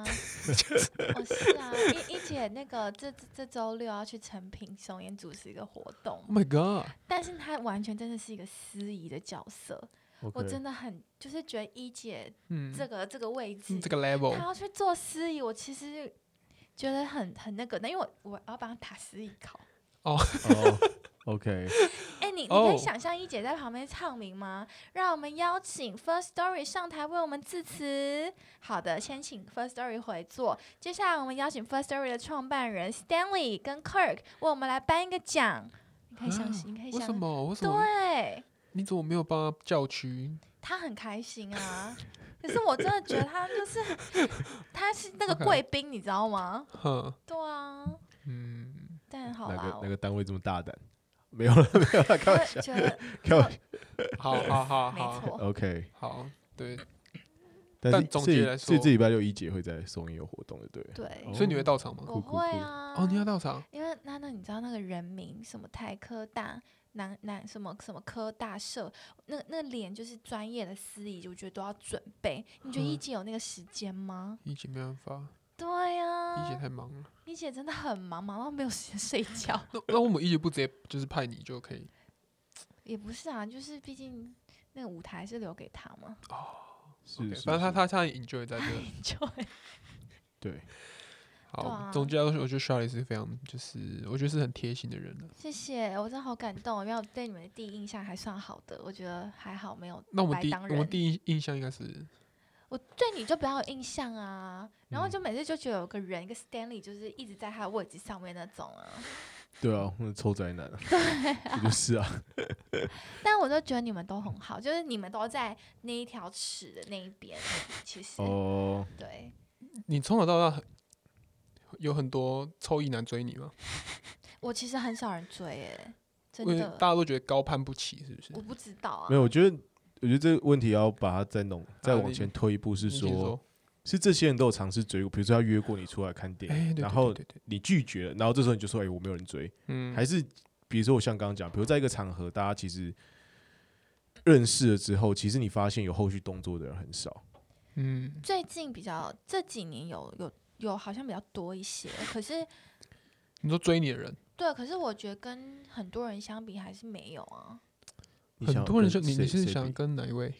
一姐那个这周6要去成品松烟主持一个活动。 Oh my god！ 但是她完全真的是一个司仪的角色。我真的就是觉得一姐这个位置， 这个 level， 她要去做司仪，我其实觉得很那个的，因为我要帮他打司仪考。 OK， 你可以想象一姐在旁边唱名吗？让我们邀请 First Story 上台为我们致辞。好的，先请 First Story 回座。接下来我们邀请 First Story 的创办人 Stanley 跟 Kirk 为我们来颁一个奖。你可以相信，你可以相信。 为什么？为什么？ 对， 你怎么没有帮他叫屈？ 他很开心啊。可是我真的觉得他就是他是那个贵宾，你知道吗？对啊，但好啦， 哪个单位这么大胆？没有了，开玩笑，开玩笑。 好， 没错 ，OK， 好，对。 但总结来说， 所以这礼拜6一姐会在松烟有活动的，对。 对， 所以你会到场吗？ 我会啊。 你要到场？ 因为那你知道那个人名什么台科大南什么科大社，那脸就是专业的司仪，我觉得都要准备。你觉得一姐有那个时间吗？ 一姐没办法。 对呀， 一姐太忙了。 一姐真的很忙到没有时间睡觉。 那我们一姐不直接就是派你就可以？ 也不是啊，就是毕竟那个舞台是留给他嘛。 是， 反正他 enjoy 在这。 enjoy。 对。 好，总结来说，我觉得 Charlie 是非常，就是我觉得是很贴心的人了。 谢谢，我真的好感动，因为我对你们的第一印象还算好的，我觉得还好没有。 那我们第一印象应该是， 我对你就比较有印象啊，然后就每次就觉得有个人，一个 Stanley，就是一直在他的位置上面那种啊。 对啊，那臭宅男啊。 对啊，就是啊。 但我就觉得你们都很好，就是你们都在那一条尺的那一边，其实。对。 你从小到大有很多臭意男追你吗？ 我其实很少人追耶，真的。 大家都觉得高攀不起，是不是？ 我不知道啊。 没有，我觉得这个问题要把它再往前推一步，是说，是这些人都有尝试追过，比如说他约过你出来看电影，然后你拒绝了，然后这时候你就说，我没有人追，还是比如说我像刚刚讲，比如在一个场合，大家其实认识了之后，其实你发现有后续动作的人很少。 最近这几年有好像比较多一些，可是你说追你的人， 对，可是我觉得跟很多人相比还是没有啊。 很多人说你是想跟哪一位？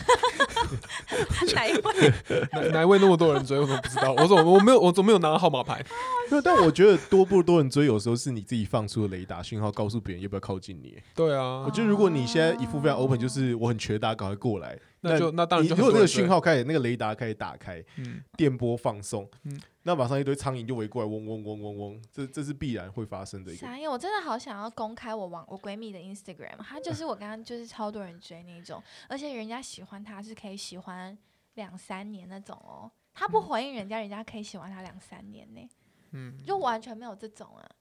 哪一位？ 哪一位那么多人追？我怎么不知道？我怎么没有拿到号码牌？ 没有，但我觉得多不多人追，有时候是你自己放出的雷达讯号，告诉别人要不要靠近你。 对啊， 我觉得如果你现在一副非常 open，就是我很缺大家赶快过来， 那当然就如果那个讯号开始，那个雷达开始打开，电波放送，那马上一堆苍蝇就围过来，嗡嗡嗡嗡嗡，这是必然会发生的一个。 傻眼，我真的好想要公开我闺蜜的 Instagram， 她就是我刚刚就是超多人追那种，而且人家喜欢她是可以喜欢2-3年那种哦，她不回应人家，人家可以喜欢她2-3年呢。就完全没有这种啊。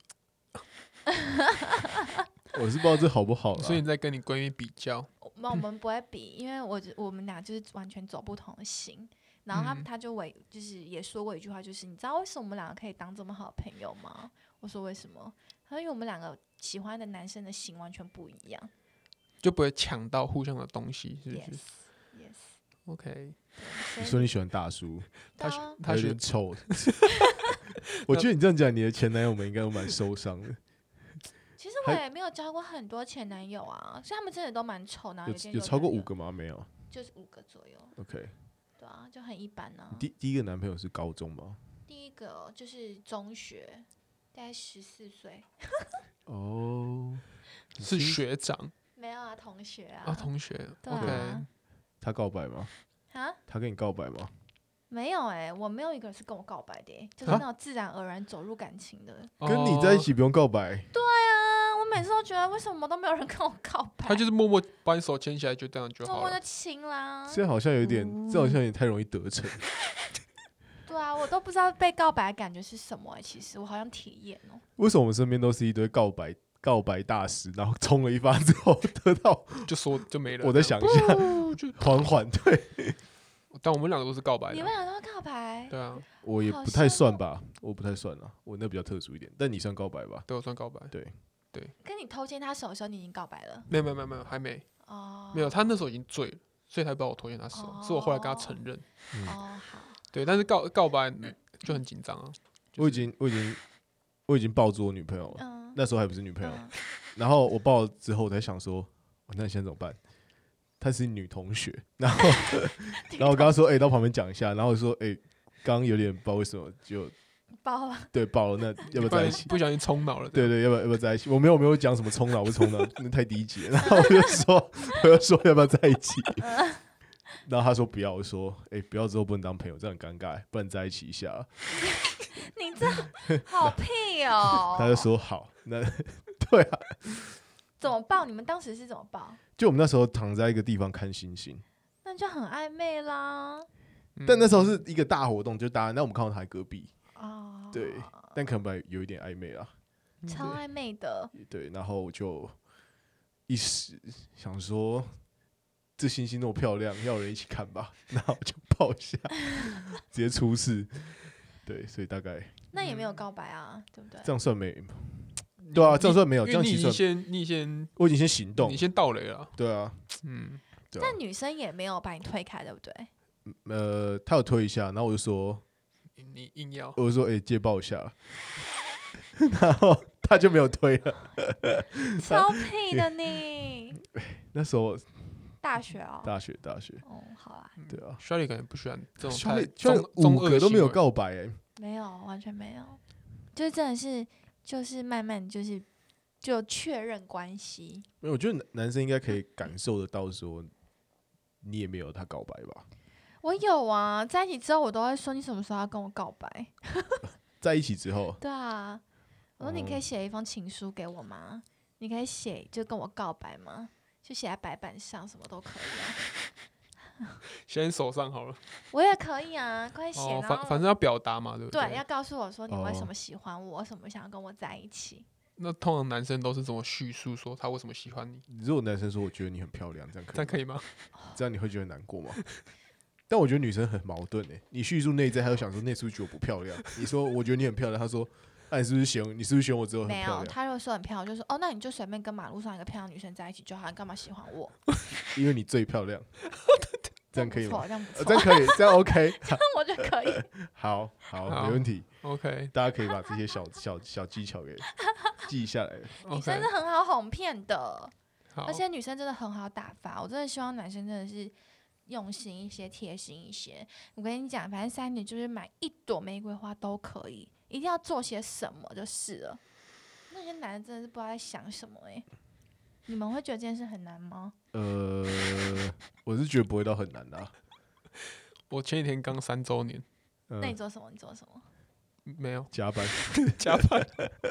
我是不知道这好不好啦， 所以你在跟你闺蜜比较？ 我们不会比，因为我们俩就是完全走不同的型。然后他就是也说过一句话，就是你知道为什么我们两个可以当这么好的朋友吗？我说为什么？他说因为我们两个喜欢的男生的型完全不一样， 就不会抢到互相的东西，是不是 ？Yes. OK。 你说你喜欢大叔， 他有点丑。我觉得你这样讲，你的前男友们应该都蛮受伤的。 其实我也没有交过很多前男友啊，所以他们真的都蛮丑的。 有超过5个吗？没有， 就是5个左右。 OK。 对啊，就很一般啊。 第一个男朋友是高中吗？ 第一个就是中学，大概14岁。 哦， 是学长？ 没有啊，同学啊。 同学。 对啊。 OK。 他告白吗？他跟你告白吗？ 没有我没有一个人是跟我告白的就是那种自然而然走入感情的。 跟你在一起不用告白？ 对啊，我每次都觉得为什么都没有人跟我告白？ 他就是默默把你手牵起来，就这样就好了。 默默就亲啦。 这好像有点，这好像有点太容易得逞。 对啊，我都不知道被告白的感觉是什么其实我好想体验哦。 为什么我们身边都是一堆告白大师，然后冲了一发之后得到就没了？ 我再想一下，缓缓对。 但我们两个都是告白的。 你们俩都告白？ 对啊。 我也不太算吧，我不太算了，我那比较特殊一点。但你算告白吧？ 对，我算告白。对。 跟你偷牵他手的时候，你已经告白了？ 没有，还没。没有，他那时候已经醉了，所以才不知道我偷牵他手，是我后来跟他承认。 好。 对，但是告白就很紧张啊。 我已经抱住我女朋友了，那时候还不是女朋友。然后我抱了之后，我才想说，那现在怎么办？她是女同学，然后我跟她说，到旁边讲一下，然后我说，刚刚有点不知道为什么就爆了， 对，爆了，那要不要在一起？ 不小心冲脑了。 对对，要不要在一起？我没有讲什么冲脑不冲脑，那太低级了。然后我就说要不要在一起？然后他说不要，我说不要之后不能当朋友，这样很尴尬，不然在一起一下。 你这好屁哦！ 他就说好，那对啊， 怎么报？你们当时是怎么报？ 就我们那时候躺在一个地方看星星， 那就很暧昧啦。 但那时候是一个大活动，就大家，那我们看到他隔壁， 哦， 对，但可能本来有一点暧昧啦， 超暧昧的。 对，然后就一时想说，这星星那么漂亮，要有人一起看吧，然后就抱一下，直接出事，对，所以大概那也没有告白啊，对不对？ 这样算没，对啊，这样算没有，这因为样其实我已经先行动你，先到雷了。 对啊，对啊但女生也没有把你推开，对不对？ 他有推一下，然后我就说， 你硬要， 我就说，借抱一下，然后他就没有推了。 超屁的你！ 那时候大学哦。 大学， 哦，好啦， 对啊， 小李可能不喜欢这种兄弟太中 5个都没有行为告白没有，完全没有，就是真的是，就是慢慢就确认关系。 没有，我觉得男生应该可以感受得到，说你也没有他告白吧？ 我有啊，在一起之后我都会说你什么时候要跟我告白？ 在一起之后， 对啊，我说你可以写一封情书给我吗？你可以写就跟我告白吗？就写在白板上，什么都可以啊。 先手上好了。 我也可以啊，快写。 哦， 然后反正要表达嘛，对不对，要告诉我说你为什哦么喜欢我，为什么想要跟我在一起。 那通常男生都是怎么叙述说他为什么喜欢你？ 如果男生说我觉得你很漂亮，这样可以吗？ 这样可以吗？ 这样你会觉得难过吗？但我觉得女生很矛盾你叙述内在，她就想说内是不是觉得我不漂亮？你说我觉得你很漂亮，她说你是不是嫌我之后很没有， 漂亮？ 他如果说很漂亮，我就说哦，那你就随便跟马路上一个漂亮女生在一起就好，你干嘛喜欢我？ 因为你最漂亮，这样可以吗？ 这样不错， 这样可以，这样 OK。 这样我觉得可以。 好， 好没问题。 OK 大家可以把这些小技巧给记下来。 女生 OK， 是很好哄骗的， 好而且女生真的很好打发。我真的希望男生真的是用心一些，贴心一些。我跟你讲，反正3年就是买1朵玫瑰花都可以，一定要做些什么就是了。那些男的真的是不知道在想什么你们会觉得这件事很难吗？ 我是觉得不会到很难的我前几天刚3周年， 那你做什么？你做什么？ 没有加班。 加班，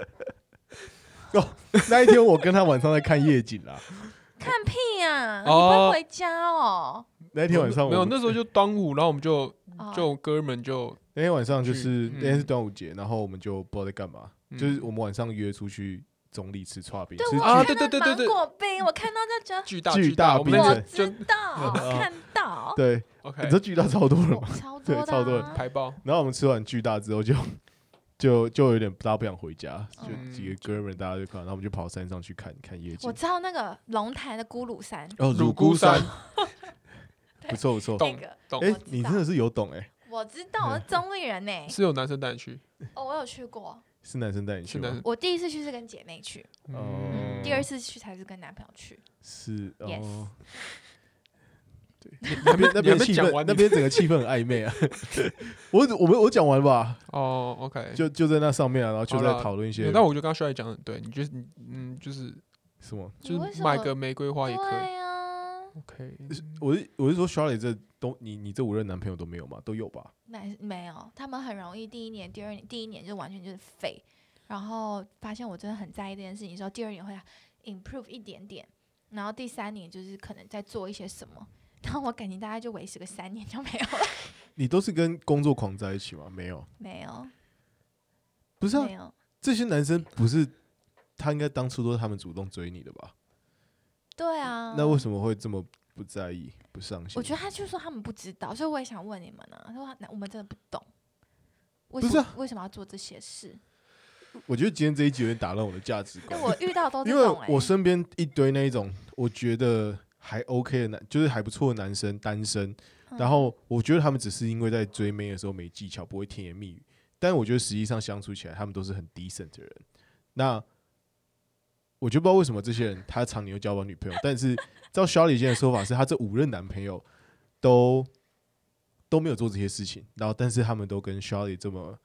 那一天我跟他晚上在看夜景啦。 看屁啊！你哦不会回家哦？ 那天晚上没有，那时候就端午，然后我们就哦哥们就那天晚上就是去那天是端午节，然后我们就不知道在干嘛， 嗯就是我们晚上约出去中立吃串饼，吃对，我啊看到芒对对对对果冰，我看到就觉得巨大我们冰我那就知道，看到， 对，你 OK 知道巨大超多人吗？ 超多的、啊， 对超多人排爆， 然后我们吃完巨大之后就有点大家不想回家，就嗯几个哥们大家就看，然后我们就跑山上去看夜景我。知道那个龙潭的咕噜山， 哦， 乳菇山， 不错不错。 懂那个懂我知道你真的是有懂我知道，我是中立人呢、 是有男生带你去， 哦，我有去过， 是男生带你去吗是男生？ 我第一次去是跟姐妹去， 哦第2次去才是跟男朋友去。 是 Yes 哦，对， 你那边气氛， 还没讲完那边整个气氛很暧昧啊。我讲完吧， 哦 OK， 就在那上面啊，然后就在好啦讨论一些但我觉得刚刚小野讲的对，你就是就是什么。 就是你为什么买个玫瑰花也可以对啊， OK， 我是说，Charlotte 这都你这5任男朋友都没有吗？都有吧？ 没有，他们很容易第一年、第2年，第1年就完全就是废，然后发现我真的很在意这件事情之后，第2年会 improve 一点点，然后第3年就是可能在做一些什么，然后我感情大概就维持个3年就没有了， 你都是跟工作狂在一起吗？没有， 没有， 不是啊没，有， 这些男生不是他应该当初都是他们主动追你的吧？ 对啊， 那为什么会这么不在意、不上心？ 我觉得他就说他们不知道，所以我也想问你们啊，他说我们真的不懂，为不是啊为什么要做这些事？ 我觉得今天这一集有点打乱我的价值观， 我遇到都因为这种我身边一堆那一种我觉得还 OK 的就是还不错的男生，单身，然后我觉得他们只是因为在追妹的时候没技巧，不会甜言蜜语，但我觉得实际上相处起来，他们都是很 decent 的人。那我就不知道为什么这些人他常年又交不到女朋友，但是照小李现在的说法是，他这5任男朋友都没有做这些事情，然后但是他们都跟 Charlie 这么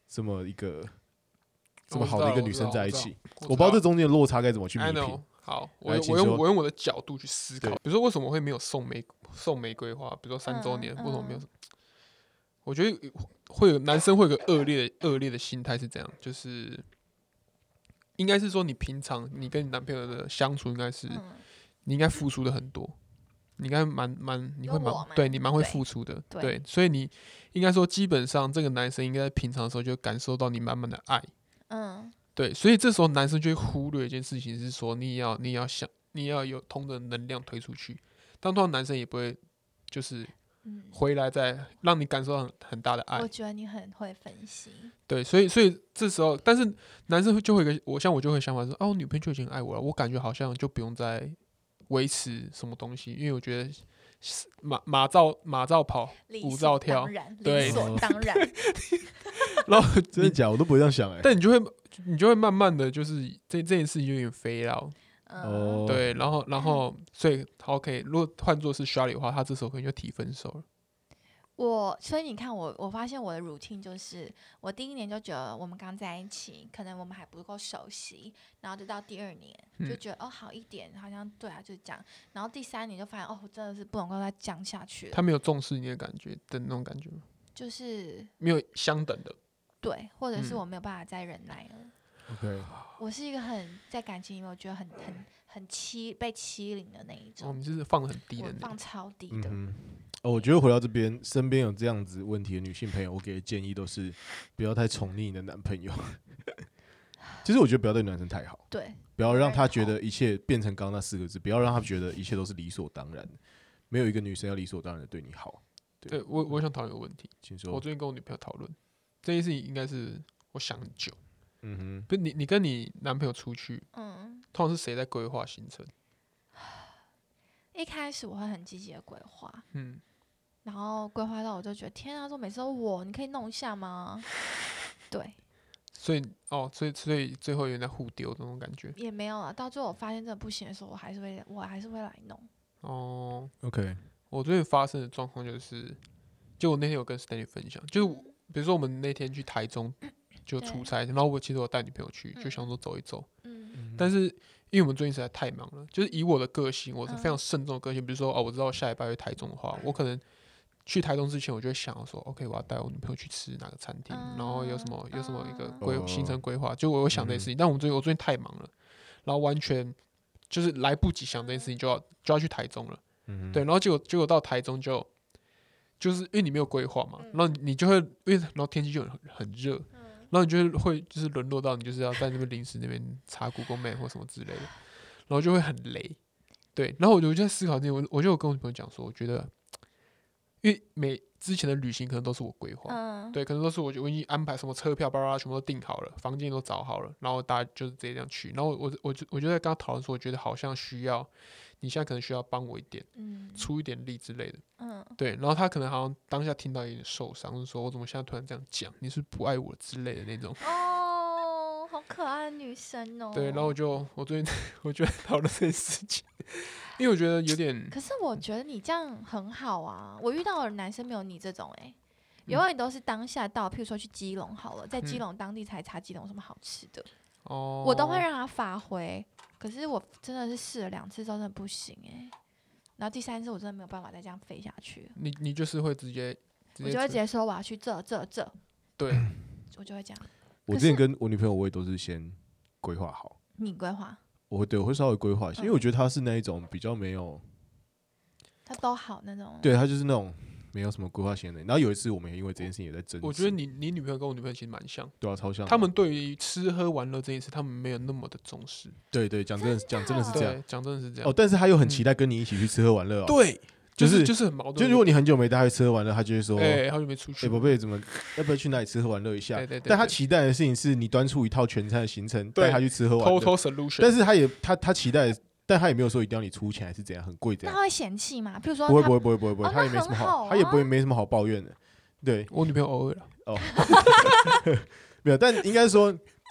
这么好的一个女生在一起， 我不知道这中间的落差该怎么去弥平。 好，我用我的角度去思考，比如说为什么会没有送玫瑰花，比如说3周年，为什么没有？我觉得男生会有个恶劣的心态是这样，就是应该是说你平常你跟你男朋友的相处应该是，你应该付出的很多，你应该你会对你蛮会付出的，对，所以你应该说基本上这个男生应该在平常的时候就感受到你满满的爱，对，所以这时候男生就会忽略一件事情是说你要有同等能量推出去，但通常男生也不会就是回来再让你感受到很大的爱。 我觉得你很会分析。 对，所以这时候，但是男生就会我就会想法说，我女朋友就已经爱我了，我感觉好像就不用再维持什么东西，因为我觉得马照跑，舞照跳，对， 理所当然。 然后真的假的？我都不会这样想但你就会慢慢的就是这件事情就有点飞了。对，然后，所以 OK， 如果换作是 Charlie 的话，他这时候可能就提分手了。 所以你看我发现我的 routine 就是，我第1年就觉得我们刚在一起，可能我们还不够熟悉，然后就到第2年就觉得好一点，好像对啊就是这样，然后第3年就发现我真的是不能够再降下去了。 他没有重视你的感觉的那种感觉吗？ 就是没有相等的。 对，或者是我没有办法再忍耐了。 OK， 我是一个在感情里面我觉得很被欺凌的那一种。 你是放得很低的那种。 我放超低的。 我觉得回到这边，身边有这样子问题的女性朋友，我给的建议都是不要太宠溺你的男朋友。其实我觉得不要对男生太好， 对， 不要让他觉得一切变成刚刚那4个字，不要让他觉得一切都是理所当然的。没有一个女生要理所当然的对你好。 对，我想讨论一个问题， 请说。 我最近跟我女朋友讨论这件事情，应该是我想很久。不是你跟你男朋友出去，通常是谁在规划行程？ 一开始我会很积极的规划，然后规划到我就觉得天啊，说每次都你可以弄一下吗？对， 所以最后有点在互丢这种感觉。 也没有了，到最后我发现真的不行的时候，我还是会来弄。 OK， 我最近发生的状况就是，就我那天有跟 Stanley 分享，就是比如说我们那天去台中就出差，然后其实我带女朋友去，就想说走一走，但是因为我们最近实在太忙了，就是以我的个性，我是非常慎重的个性，比如说我知道下礼拜去台中的话，我可能去台中之前，我就会想要说 OK， 我要带我女朋友去吃哪个餐厅，然后有什么一个行程规划，就我会想这些事情，但我最近太忙了，然后完全就是来不及想这件事情，就要去台中了，对，然后结果到台中就是因为你没有规划嘛，然后你就会然后天气就很热，然后你就会就是沦落到你就是要在那边临时那边查 Google Map 或什么之类的，然后就会很累，对，然后我就在思考这些，我就跟我女朋友讲说，我觉得因为之前的旅行可能都是我规划，对，可能都是我已经安排什么车票巴拉全部都订好了，房间都找好了，然后大家就是直接这样去，然后我就在跟他讨论说，我觉得好像需要。你现在可能需要帮我一点，出一点力之类的，对。然后他可能好像当下听到有点受伤，就说我怎么现在突然这样讲，你是不爱我之类的那种。 好可爱的女生哦。 对，然后我最近我就讨论这件事情，因为我觉得有点。 可是我觉得你这样很好啊，我遇到的男生没有你这种永远都是当下到，譬如说去基隆好了，在基隆当地才查基隆有什么好吃的，我都会让他发挥。可是我真的是试了2次之后真的不行然后第3次我真的没有办法再这样飞下去了。 你就是会直接我就会直接说我要去这， 对， 我就会这样。 我之前跟我女朋友我也都是先规划好。 你规划？ 我会稍微规划一下，因为我觉得她是那一种比较没有， 她都好那种。 对，她就是那种没有什么规划性的人。然后有一次我们也因为这件事情也在争执。 我觉得你女朋友跟我女朋友其实蛮像， 对啊，超像。 他们对于吃喝玩乐这件事，他们没有那么的重视。 对，讲真的是这样， 讲真的是这样。 但是他又很期待跟你一起去吃喝玩乐。 对，就是很矛盾。 就如果你很久没带他去吃喝玩乐，他就会说， 好久没出去， 宝贝，要不要去哪里吃喝玩乐一下？ 对。 但他期待的事情是你端出一套全餐的行程，带他去吃喝玩乐。 Total solution。 但是他期待的。但他也没有说一定要你出钱还是怎样，很贵这样。 那他会嫌弃吗？比如说不会，他也没什么好，他也不会没什么好抱怨的。对， 我女朋友偶尔没有，但应该说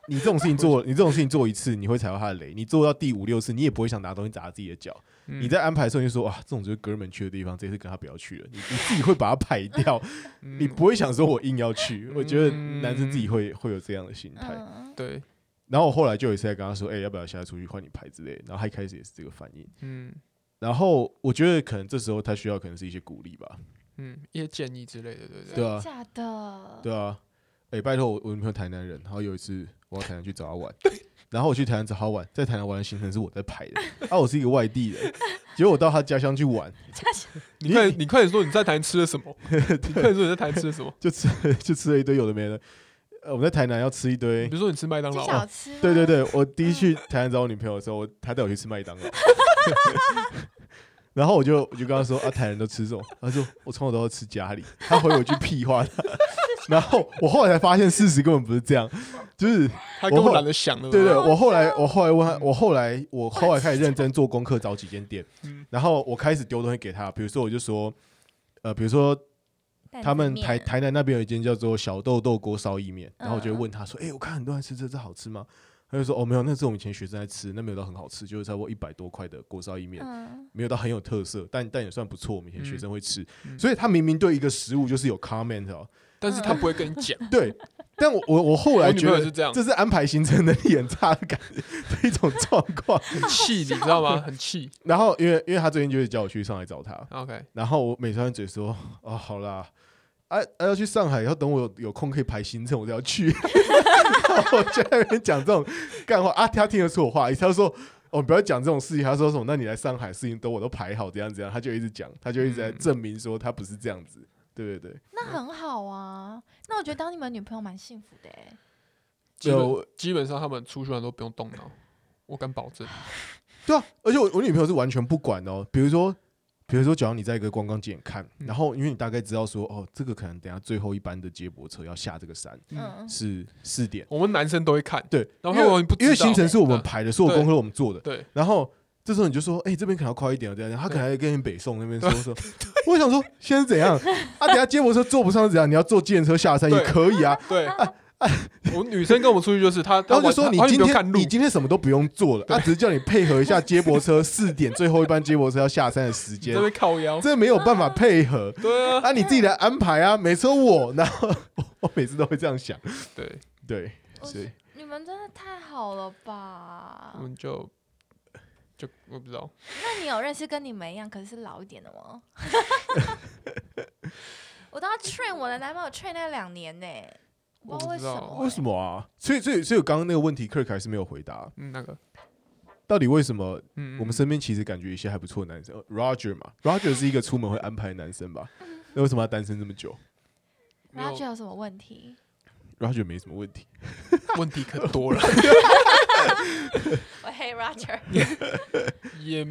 你这种事情做一次，你会踩到他的雷；你做到第5、6次，你也不会想拿东西砸自己的脚。你在安排的时候，你就说啊，这种就是哥们去的地方，这次跟他不要去了。你自己会把它排掉，你不会想说我硬要去。我觉得男生自己会有这样的心态。 对。 然后我后来就有一次在跟他说，要不要现在出去换你排之类的。然后他一开始也是这个反应。然后我觉得可能这时候他需要可能是一些鼓励吧。 一些建议之类的，对不对？ 对啊， 假的。 对啊。拜托我女朋友台南人，然后有一次我要台南去找她玩，然后我去台南找她玩，在台南玩的行程是我在排的，我是一个外地人，结果我到她家乡去玩， 你快点说你在台南吃了什么？你快点说你在台南吃了什么？ 就吃了一堆有的没的。我们在台南要吃一堆， 比如说你吃麦当劳， 小吃。 对对对，我第一去台南找我女朋友的时候，她带我去吃麦当劳。然后我就跟他说台南都吃什么？他说我从小都要吃家里。他回我一句屁话。然后我后来才发现事实根本不是这样，就是他根本懒得想了。 对对，我后来问他，我后来开始认真做功课，找几间店，然后我开始丢东西给他。比如说我就说，比如说他们台南那边有一间叫做小豆豆锅烧意面，然后我就问他说，我看很多人吃这好吃吗？他就说没有，那是我们以前学生在吃，那没有到很好吃，就是差不多100多块的锅烧意面，没有到很有特色，但也算不错，我们以前学生会吃。所以他明明对一个食物就是有 comment 但是他不会跟你讲。 对，但我后来觉得这是安排行程能力很差的感觉的一种状况， 很气，你知道吗？很气。 然后因为他最近就是叫我去上海找他 ，OK， 然后我每张嘴说好啦。要去上海，要等我有空可以排行程，我才要去。然后我就在那边讲这种干话他听得出我话意思，他说不要讲这种事情。他说什么？那你来上海事情我都排好，怎样怎样。他就一直讲，他就一直在证明说他不是这样子。对对对， 那很好啊。那我觉得当你们女朋友蛮幸福的基本上他们出去玩都不用动脑，我敢保证。 对啊，而且我女朋友是完全不管哦。比如说，假如你在一个观光景点看，然后因为你大概知道说，这个可能等一下最后一班的接驳车要下这个山，是4点。 我们男生都会看，对，然后因为行程是我们排的，所有功课我们做的， 对。 然后这时候你就说，这边可能要快一点，这样，他可能还跟你北宋那边说。我想说，现在是怎样？等一下接驳车坐不上是怎样？你要坐计程车下山也可以啊。 对。我女生跟我们出去就是她就说你今天什么都不用做了，只是叫你配合一下接驳车4点最后一班接驳车要下山的时间， 这边靠腰， 这没有办法配合。 对啊， 你自己来安排啊，每次我，然后我每次都会这样想。对，所以你们真的太好了吧？ 我们就我不知道。 那你有认识跟你们一样可是老一点的吗？我都要 train 我的男朋友 train 那2年呢。我不知道为什么啊？所以我刚刚那个问题 Kirk 还是没有回答。 那个到底为什么我们身边其实感觉一些还不错的男生，Roger 嘛 ，Roger 是一个出门会安排的男生吧？那为什么他单身这么久 ？Roger 有什么问题 ？Roger 没什么问题， 问题可多了。 我黑 Roger 也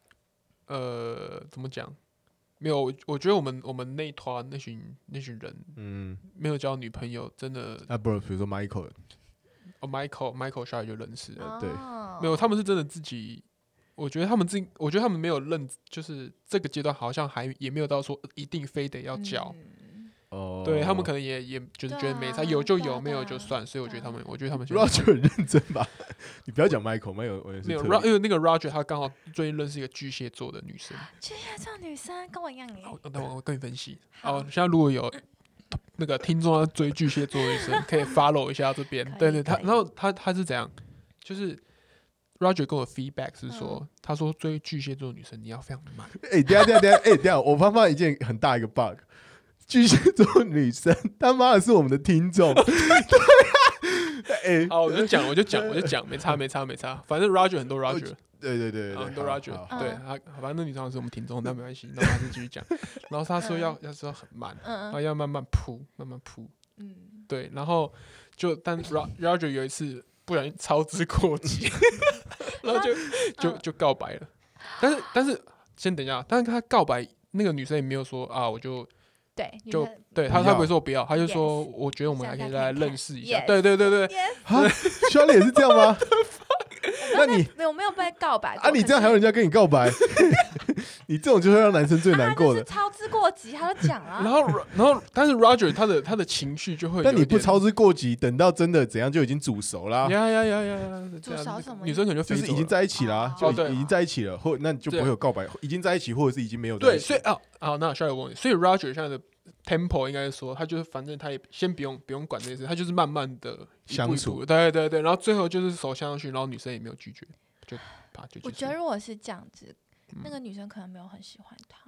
怎么讲？没有，我觉得我们那团那群人，没有交女朋友，真的不，比如说 Michael 下来就认识了，对， 没有，他们是真的自己，我觉得他们没有就是这个阶段好像也没有到说一定非得要交，对他们可能也就是觉得没差，有就有，没有就算，所以我觉得他们 Roger 很认真吧？你不要讲 Michael 没有，因为那个 Roger 他刚好最近认识一个巨蟹座的女生， 巨蟹座女生跟我一样耶。 等我跟你分析。现在如果有那个听众要追巨蟹座的女生，可以 follow 一下这边。对，然后他是怎样？就是 Roger 跟我 feedback 是说，他说追巨蟹座的女生你要非常慢。 等一下，我发现一件很大一个 bug。巨蟹座女生他妈的是我们的听众。 好，我就讲，没差，反正 Roger 很多 Roger， 对， 很多 Roger， 对，反正那女生是我们听众，但没关系，那我还是继续讲。然后他说要说很慢，然后要慢慢铺，对，然后但 Roger 有一次不小心操之过急，然后就告白了。但是先等一下，但是他告白那个女生也没有说我就。对他不会说不要，他就说我觉得我们还可以来认识一下。对， 肖烈也是这样吗？那你我没有被告白你这样还有人家跟你告白？ 你这种就会让男生最难过的。 他就是操之过急，他就讲啊。 然后，但是 Roger 他的情绪就会， 但你不操之过急，等到真的怎样就已经煮熟啦。 煮熟什么？ 女生可能就是已经在一起啦，就已经在一起了，或那你就不会有告白，已经在一起，或者是已经没有在一起。 对，所以那下一个问题，所以 Roger 现在的 tempo 应该是说，他就是反正他也先不用管这些事，他就是慢慢的相处， 对，然后最后就是手相上去，然后女生也没有拒绝，就我觉得如果是这样子，那个女生可能没有很喜欢他。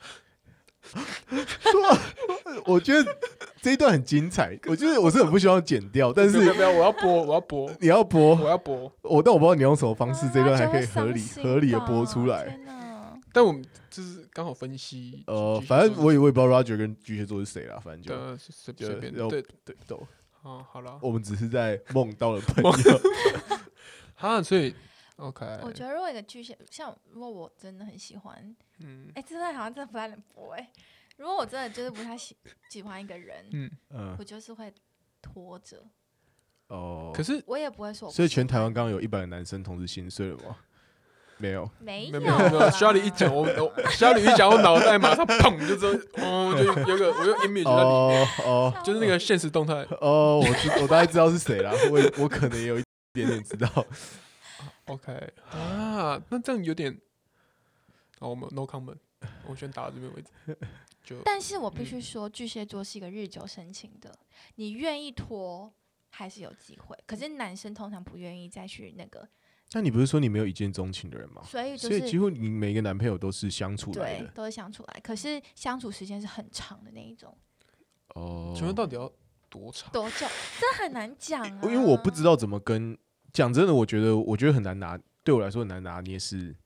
我觉得这一段很精彩，我觉得我是很不希望剪掉，但是不要，我要播， 你要播， 我要播， 但我不知道你用什么方式，这段还可以合理的播出来。 但我们就是刚好分析， 反正我也不知道 Roger 跟巨蟹座是谁啦，反正就随便，对，好了， 我们只是在梦到了朋友。 所以 OK， 我觉得如果一个巨蟹，像如果我真的很喜欢，真的好像真的不太能播如果我真的就是不太喜欢一个人，我就是会拖着。 可是我也不会说。 所以全台湾刚刚有100个男生同时心碎了吗？没有。 Charlie 一讲，我脑袋马上砰就知道，就我有 image 在里面，就是那个现实动态。 我大概知道是谁啦，我可能也有一点点知道。 OK 那这样有点，我们 no comment， 我先打到这边为止。 但是我必须说，巨蟹座是一个日久生情的，你愿意拖还是有机会。可是男生通常不愿意再去那个。 那你不是说你没有一见钟情的人吗？ 所以几乎你每一个男朋友都是相处来的， 对，都是相处来，可是相处时间是很长的那一种。 请问到底要多长？ 多久？这很难讲啊。 因为我不知道怎么跟。讲真的，我觉得很难拿，对我来说很难拿捏是，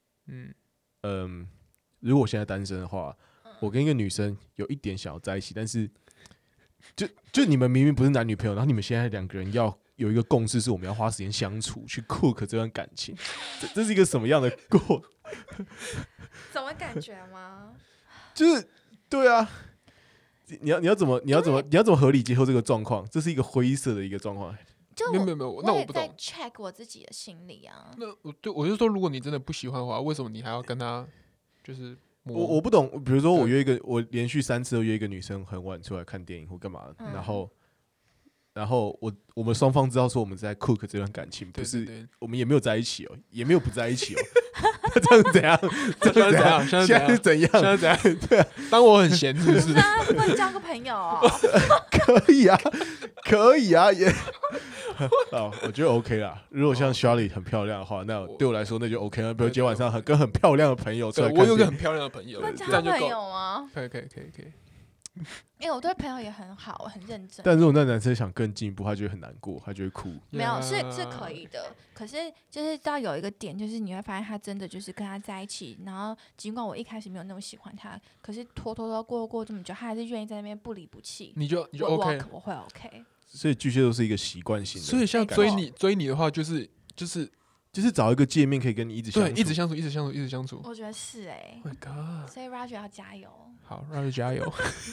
如果我现在单身的话，我跟一个女生有一点想要在一起，但是就你们明明不是男女朋友，然后你们现在2个人要有一个共识，是我们要花时间相处去 cook 这段感情，这是一个什么样的过？ 怎么感觉吗？ 就是对啊，你要怎么合理接受这个状况？这是一个灰色的一个状况。 没有，那我不懂。 在 check 我自己的心理啊。 那我就说，如果你真的不喜欢的话，为什么你还要跟他就是我不懂。比如说，我连续3次都约一个女生很晚出来看电影或干嘛，然后我们双方知道说我们在 cook 这段感情，不是我们也没有在一起也没有不在一起这样怎样？现在是怎样？对啊， 当我很闲是不是？ 不能交个朋友可以啊，也。我觉得 OK 啦。如果像 Charlie 很漂亮的话，那对我来说那就 OK 了。比如今天晚上跟很漂亮的朋友出来看电影， 我有个很漂亮的朋友， 那交朋友吗？ 可以。 我对朋友也很好，我很认真。 但如果那男生想更进一步，他就会很难过，他就会哭。 没有，是可以的。可是就是到有一个点，就是你会发现他真的就是跟他在一起，然后尽管我一开始没有那么喜欢他，可是拖过这么久，他还是愿意在那边不离不弃。 你就 OK， 我会 OK。 所以巨蟹都是一一个惯性的。 所以像追你的话，就是找一个界面可以跟你一直相处， 对，一直相处。 我觉得是 Oh my God！ 所以 Roger 要加油。 好 ，Roger 加油。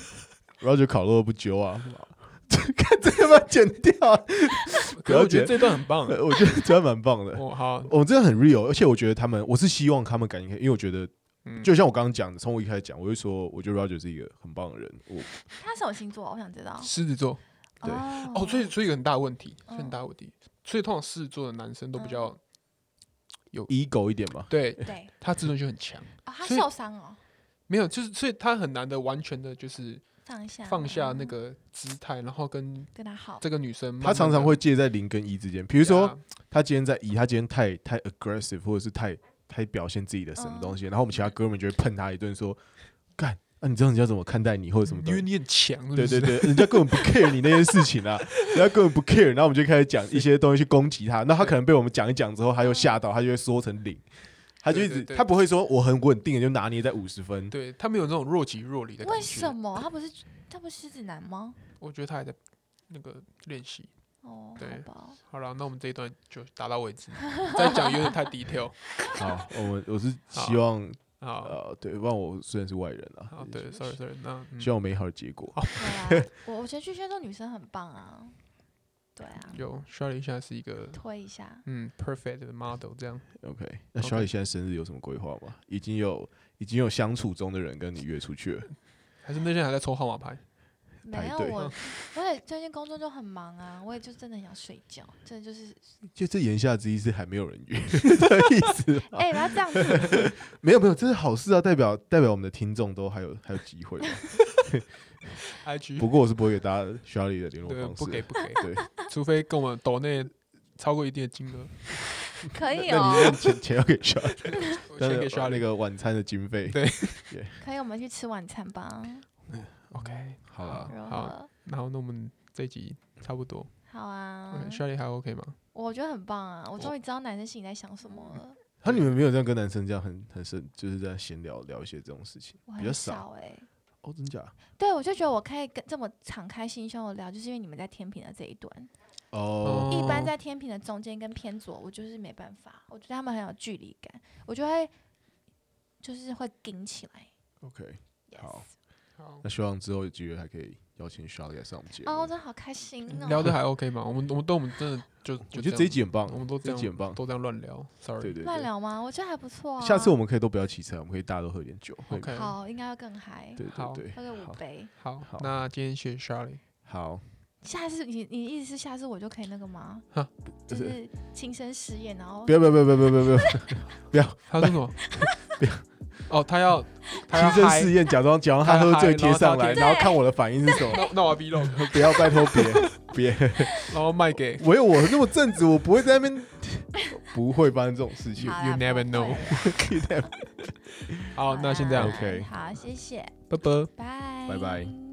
Roger 烤肉不揪啊！看这要不要剪掉？ 我觉得这段很棒， 我觉得这段蛮棒的。 好， 我真的很 real， 而且我觉得我是希望他们感情可以，因为我觉得，就像我刚刚讲的，从我一开始讲，我会说，我觉得 Roger 是一个很棒的人。 他什么星座？我想知道。 狮子座。 对。 所以有很大的问题，所以通常狮子座的男生都比较有 ego 一点嘛。 对，他自尊就很强。 他受伤哦。 没有，所以他很难的完全的就是放下那个姿态，然后跟他好。 这个女生， 他常常会介在0跟1之间。比如说，他今天在1，他今天太 aggressive， 或者是太表现自己的什么东西，然后我们其他哥们就会喷他一顿，说干。你知道人家怎么看待你，或者什么？ 因为你很强， 对，人家根本不 care 你那些事情啊，人家根本不 care， 然后我们就开始讲一些东西去攻击他，那他可能被我们讲一讲之后，他又吓到，他就会缩成0，他就一直，他不会说我很稳定的就拿捏在50分， 对他没有这种若即若离的感觉。 为什么？他不是狮子男吗？ 我觉得他还在那个练习。对，好了，那我们这一段就打到为止，再讲有点太 detail。 好，我是希望。对，不然我虽然是外人啊。 对 ，sorry， 那希望有美好的结果。 对啊，我觉得巨蟹座女生很棒啊。对啊。 有 Charlie 现在是一个推一下 ，perfect 的 model 这样。 OK， 那 Charlie 现在生日有什么规划吗？已经有已经有相处中的人跟你约出去了， 还是那些人还在抽号码牌？ 没有排队我也最近工作就很忙啊，我也就真的很想睡觉，真的就是就这言下之意是还没有人约的意思吗？ 不要这样子， 没有，这是好事啊，代表我们的听众都还有机会嘛。 IG 不过我是不会给大家 Charlie 的联络对， 方式， 不给， 对， 除非跟我们抖内超过一定的金额， 可以那哦你，钱要给 Charlie， 我先给那 Charlie 个晚餐的经费。 对可以，我们去吃晚餐吧。 OK， 好了， 如好何？ 然后那我们这一集差不多好啊， ，Charlie 还 OK 吗？ 我觉得很棒啊，我终于知道男生心里在想什么了。 你们没有这样跟男生这样很深，就是在闲聊一些这种事情， 我很比较少少哎、 哦，真假？ 对，我就觉得我可以跟这么敞开心胸的聊，就是因为你们在天平的这一端。 哦， 一般在天平的中间跟偏左，我就是没办法，我觉得他们很有距离感，我就会就是会顶起来。 OK， 好， Yes， 好， 那希望之后有机会还可以邀请 Charlie 来上我们节目。 哦，真的好开心哦！ 聊的还 OK 吗？我们真的就我觉得这一集很棒， 我们都这一集很棒， 都这样乱聊，Sorry， 对对对。 乱聊吗？我觉得还不错啊。 下次我们可以都不要骑车，我们可以大家都喝点酒。会 OK 好，应该要更嗨， 对好对对， 喝个5杯。 好好， 那今天谢谢 Charlie， 好， 下次你意思是下次我就可以那个吗？ 哈就就是亲身试验，然后不要， 他说什么？ 不要哦，他要亲身试验，假装他喝醉贴上来， 嗨然后看我的反应是什么。 那我要 B 漏， 不要，拜托别， 然后卖给我那么正直，我不会在那边，不会发生这种事情。 好啦 You never 不会 know 啦好，那先这样啦 OK 好，谢谢， 拜拜。 拜拜拜。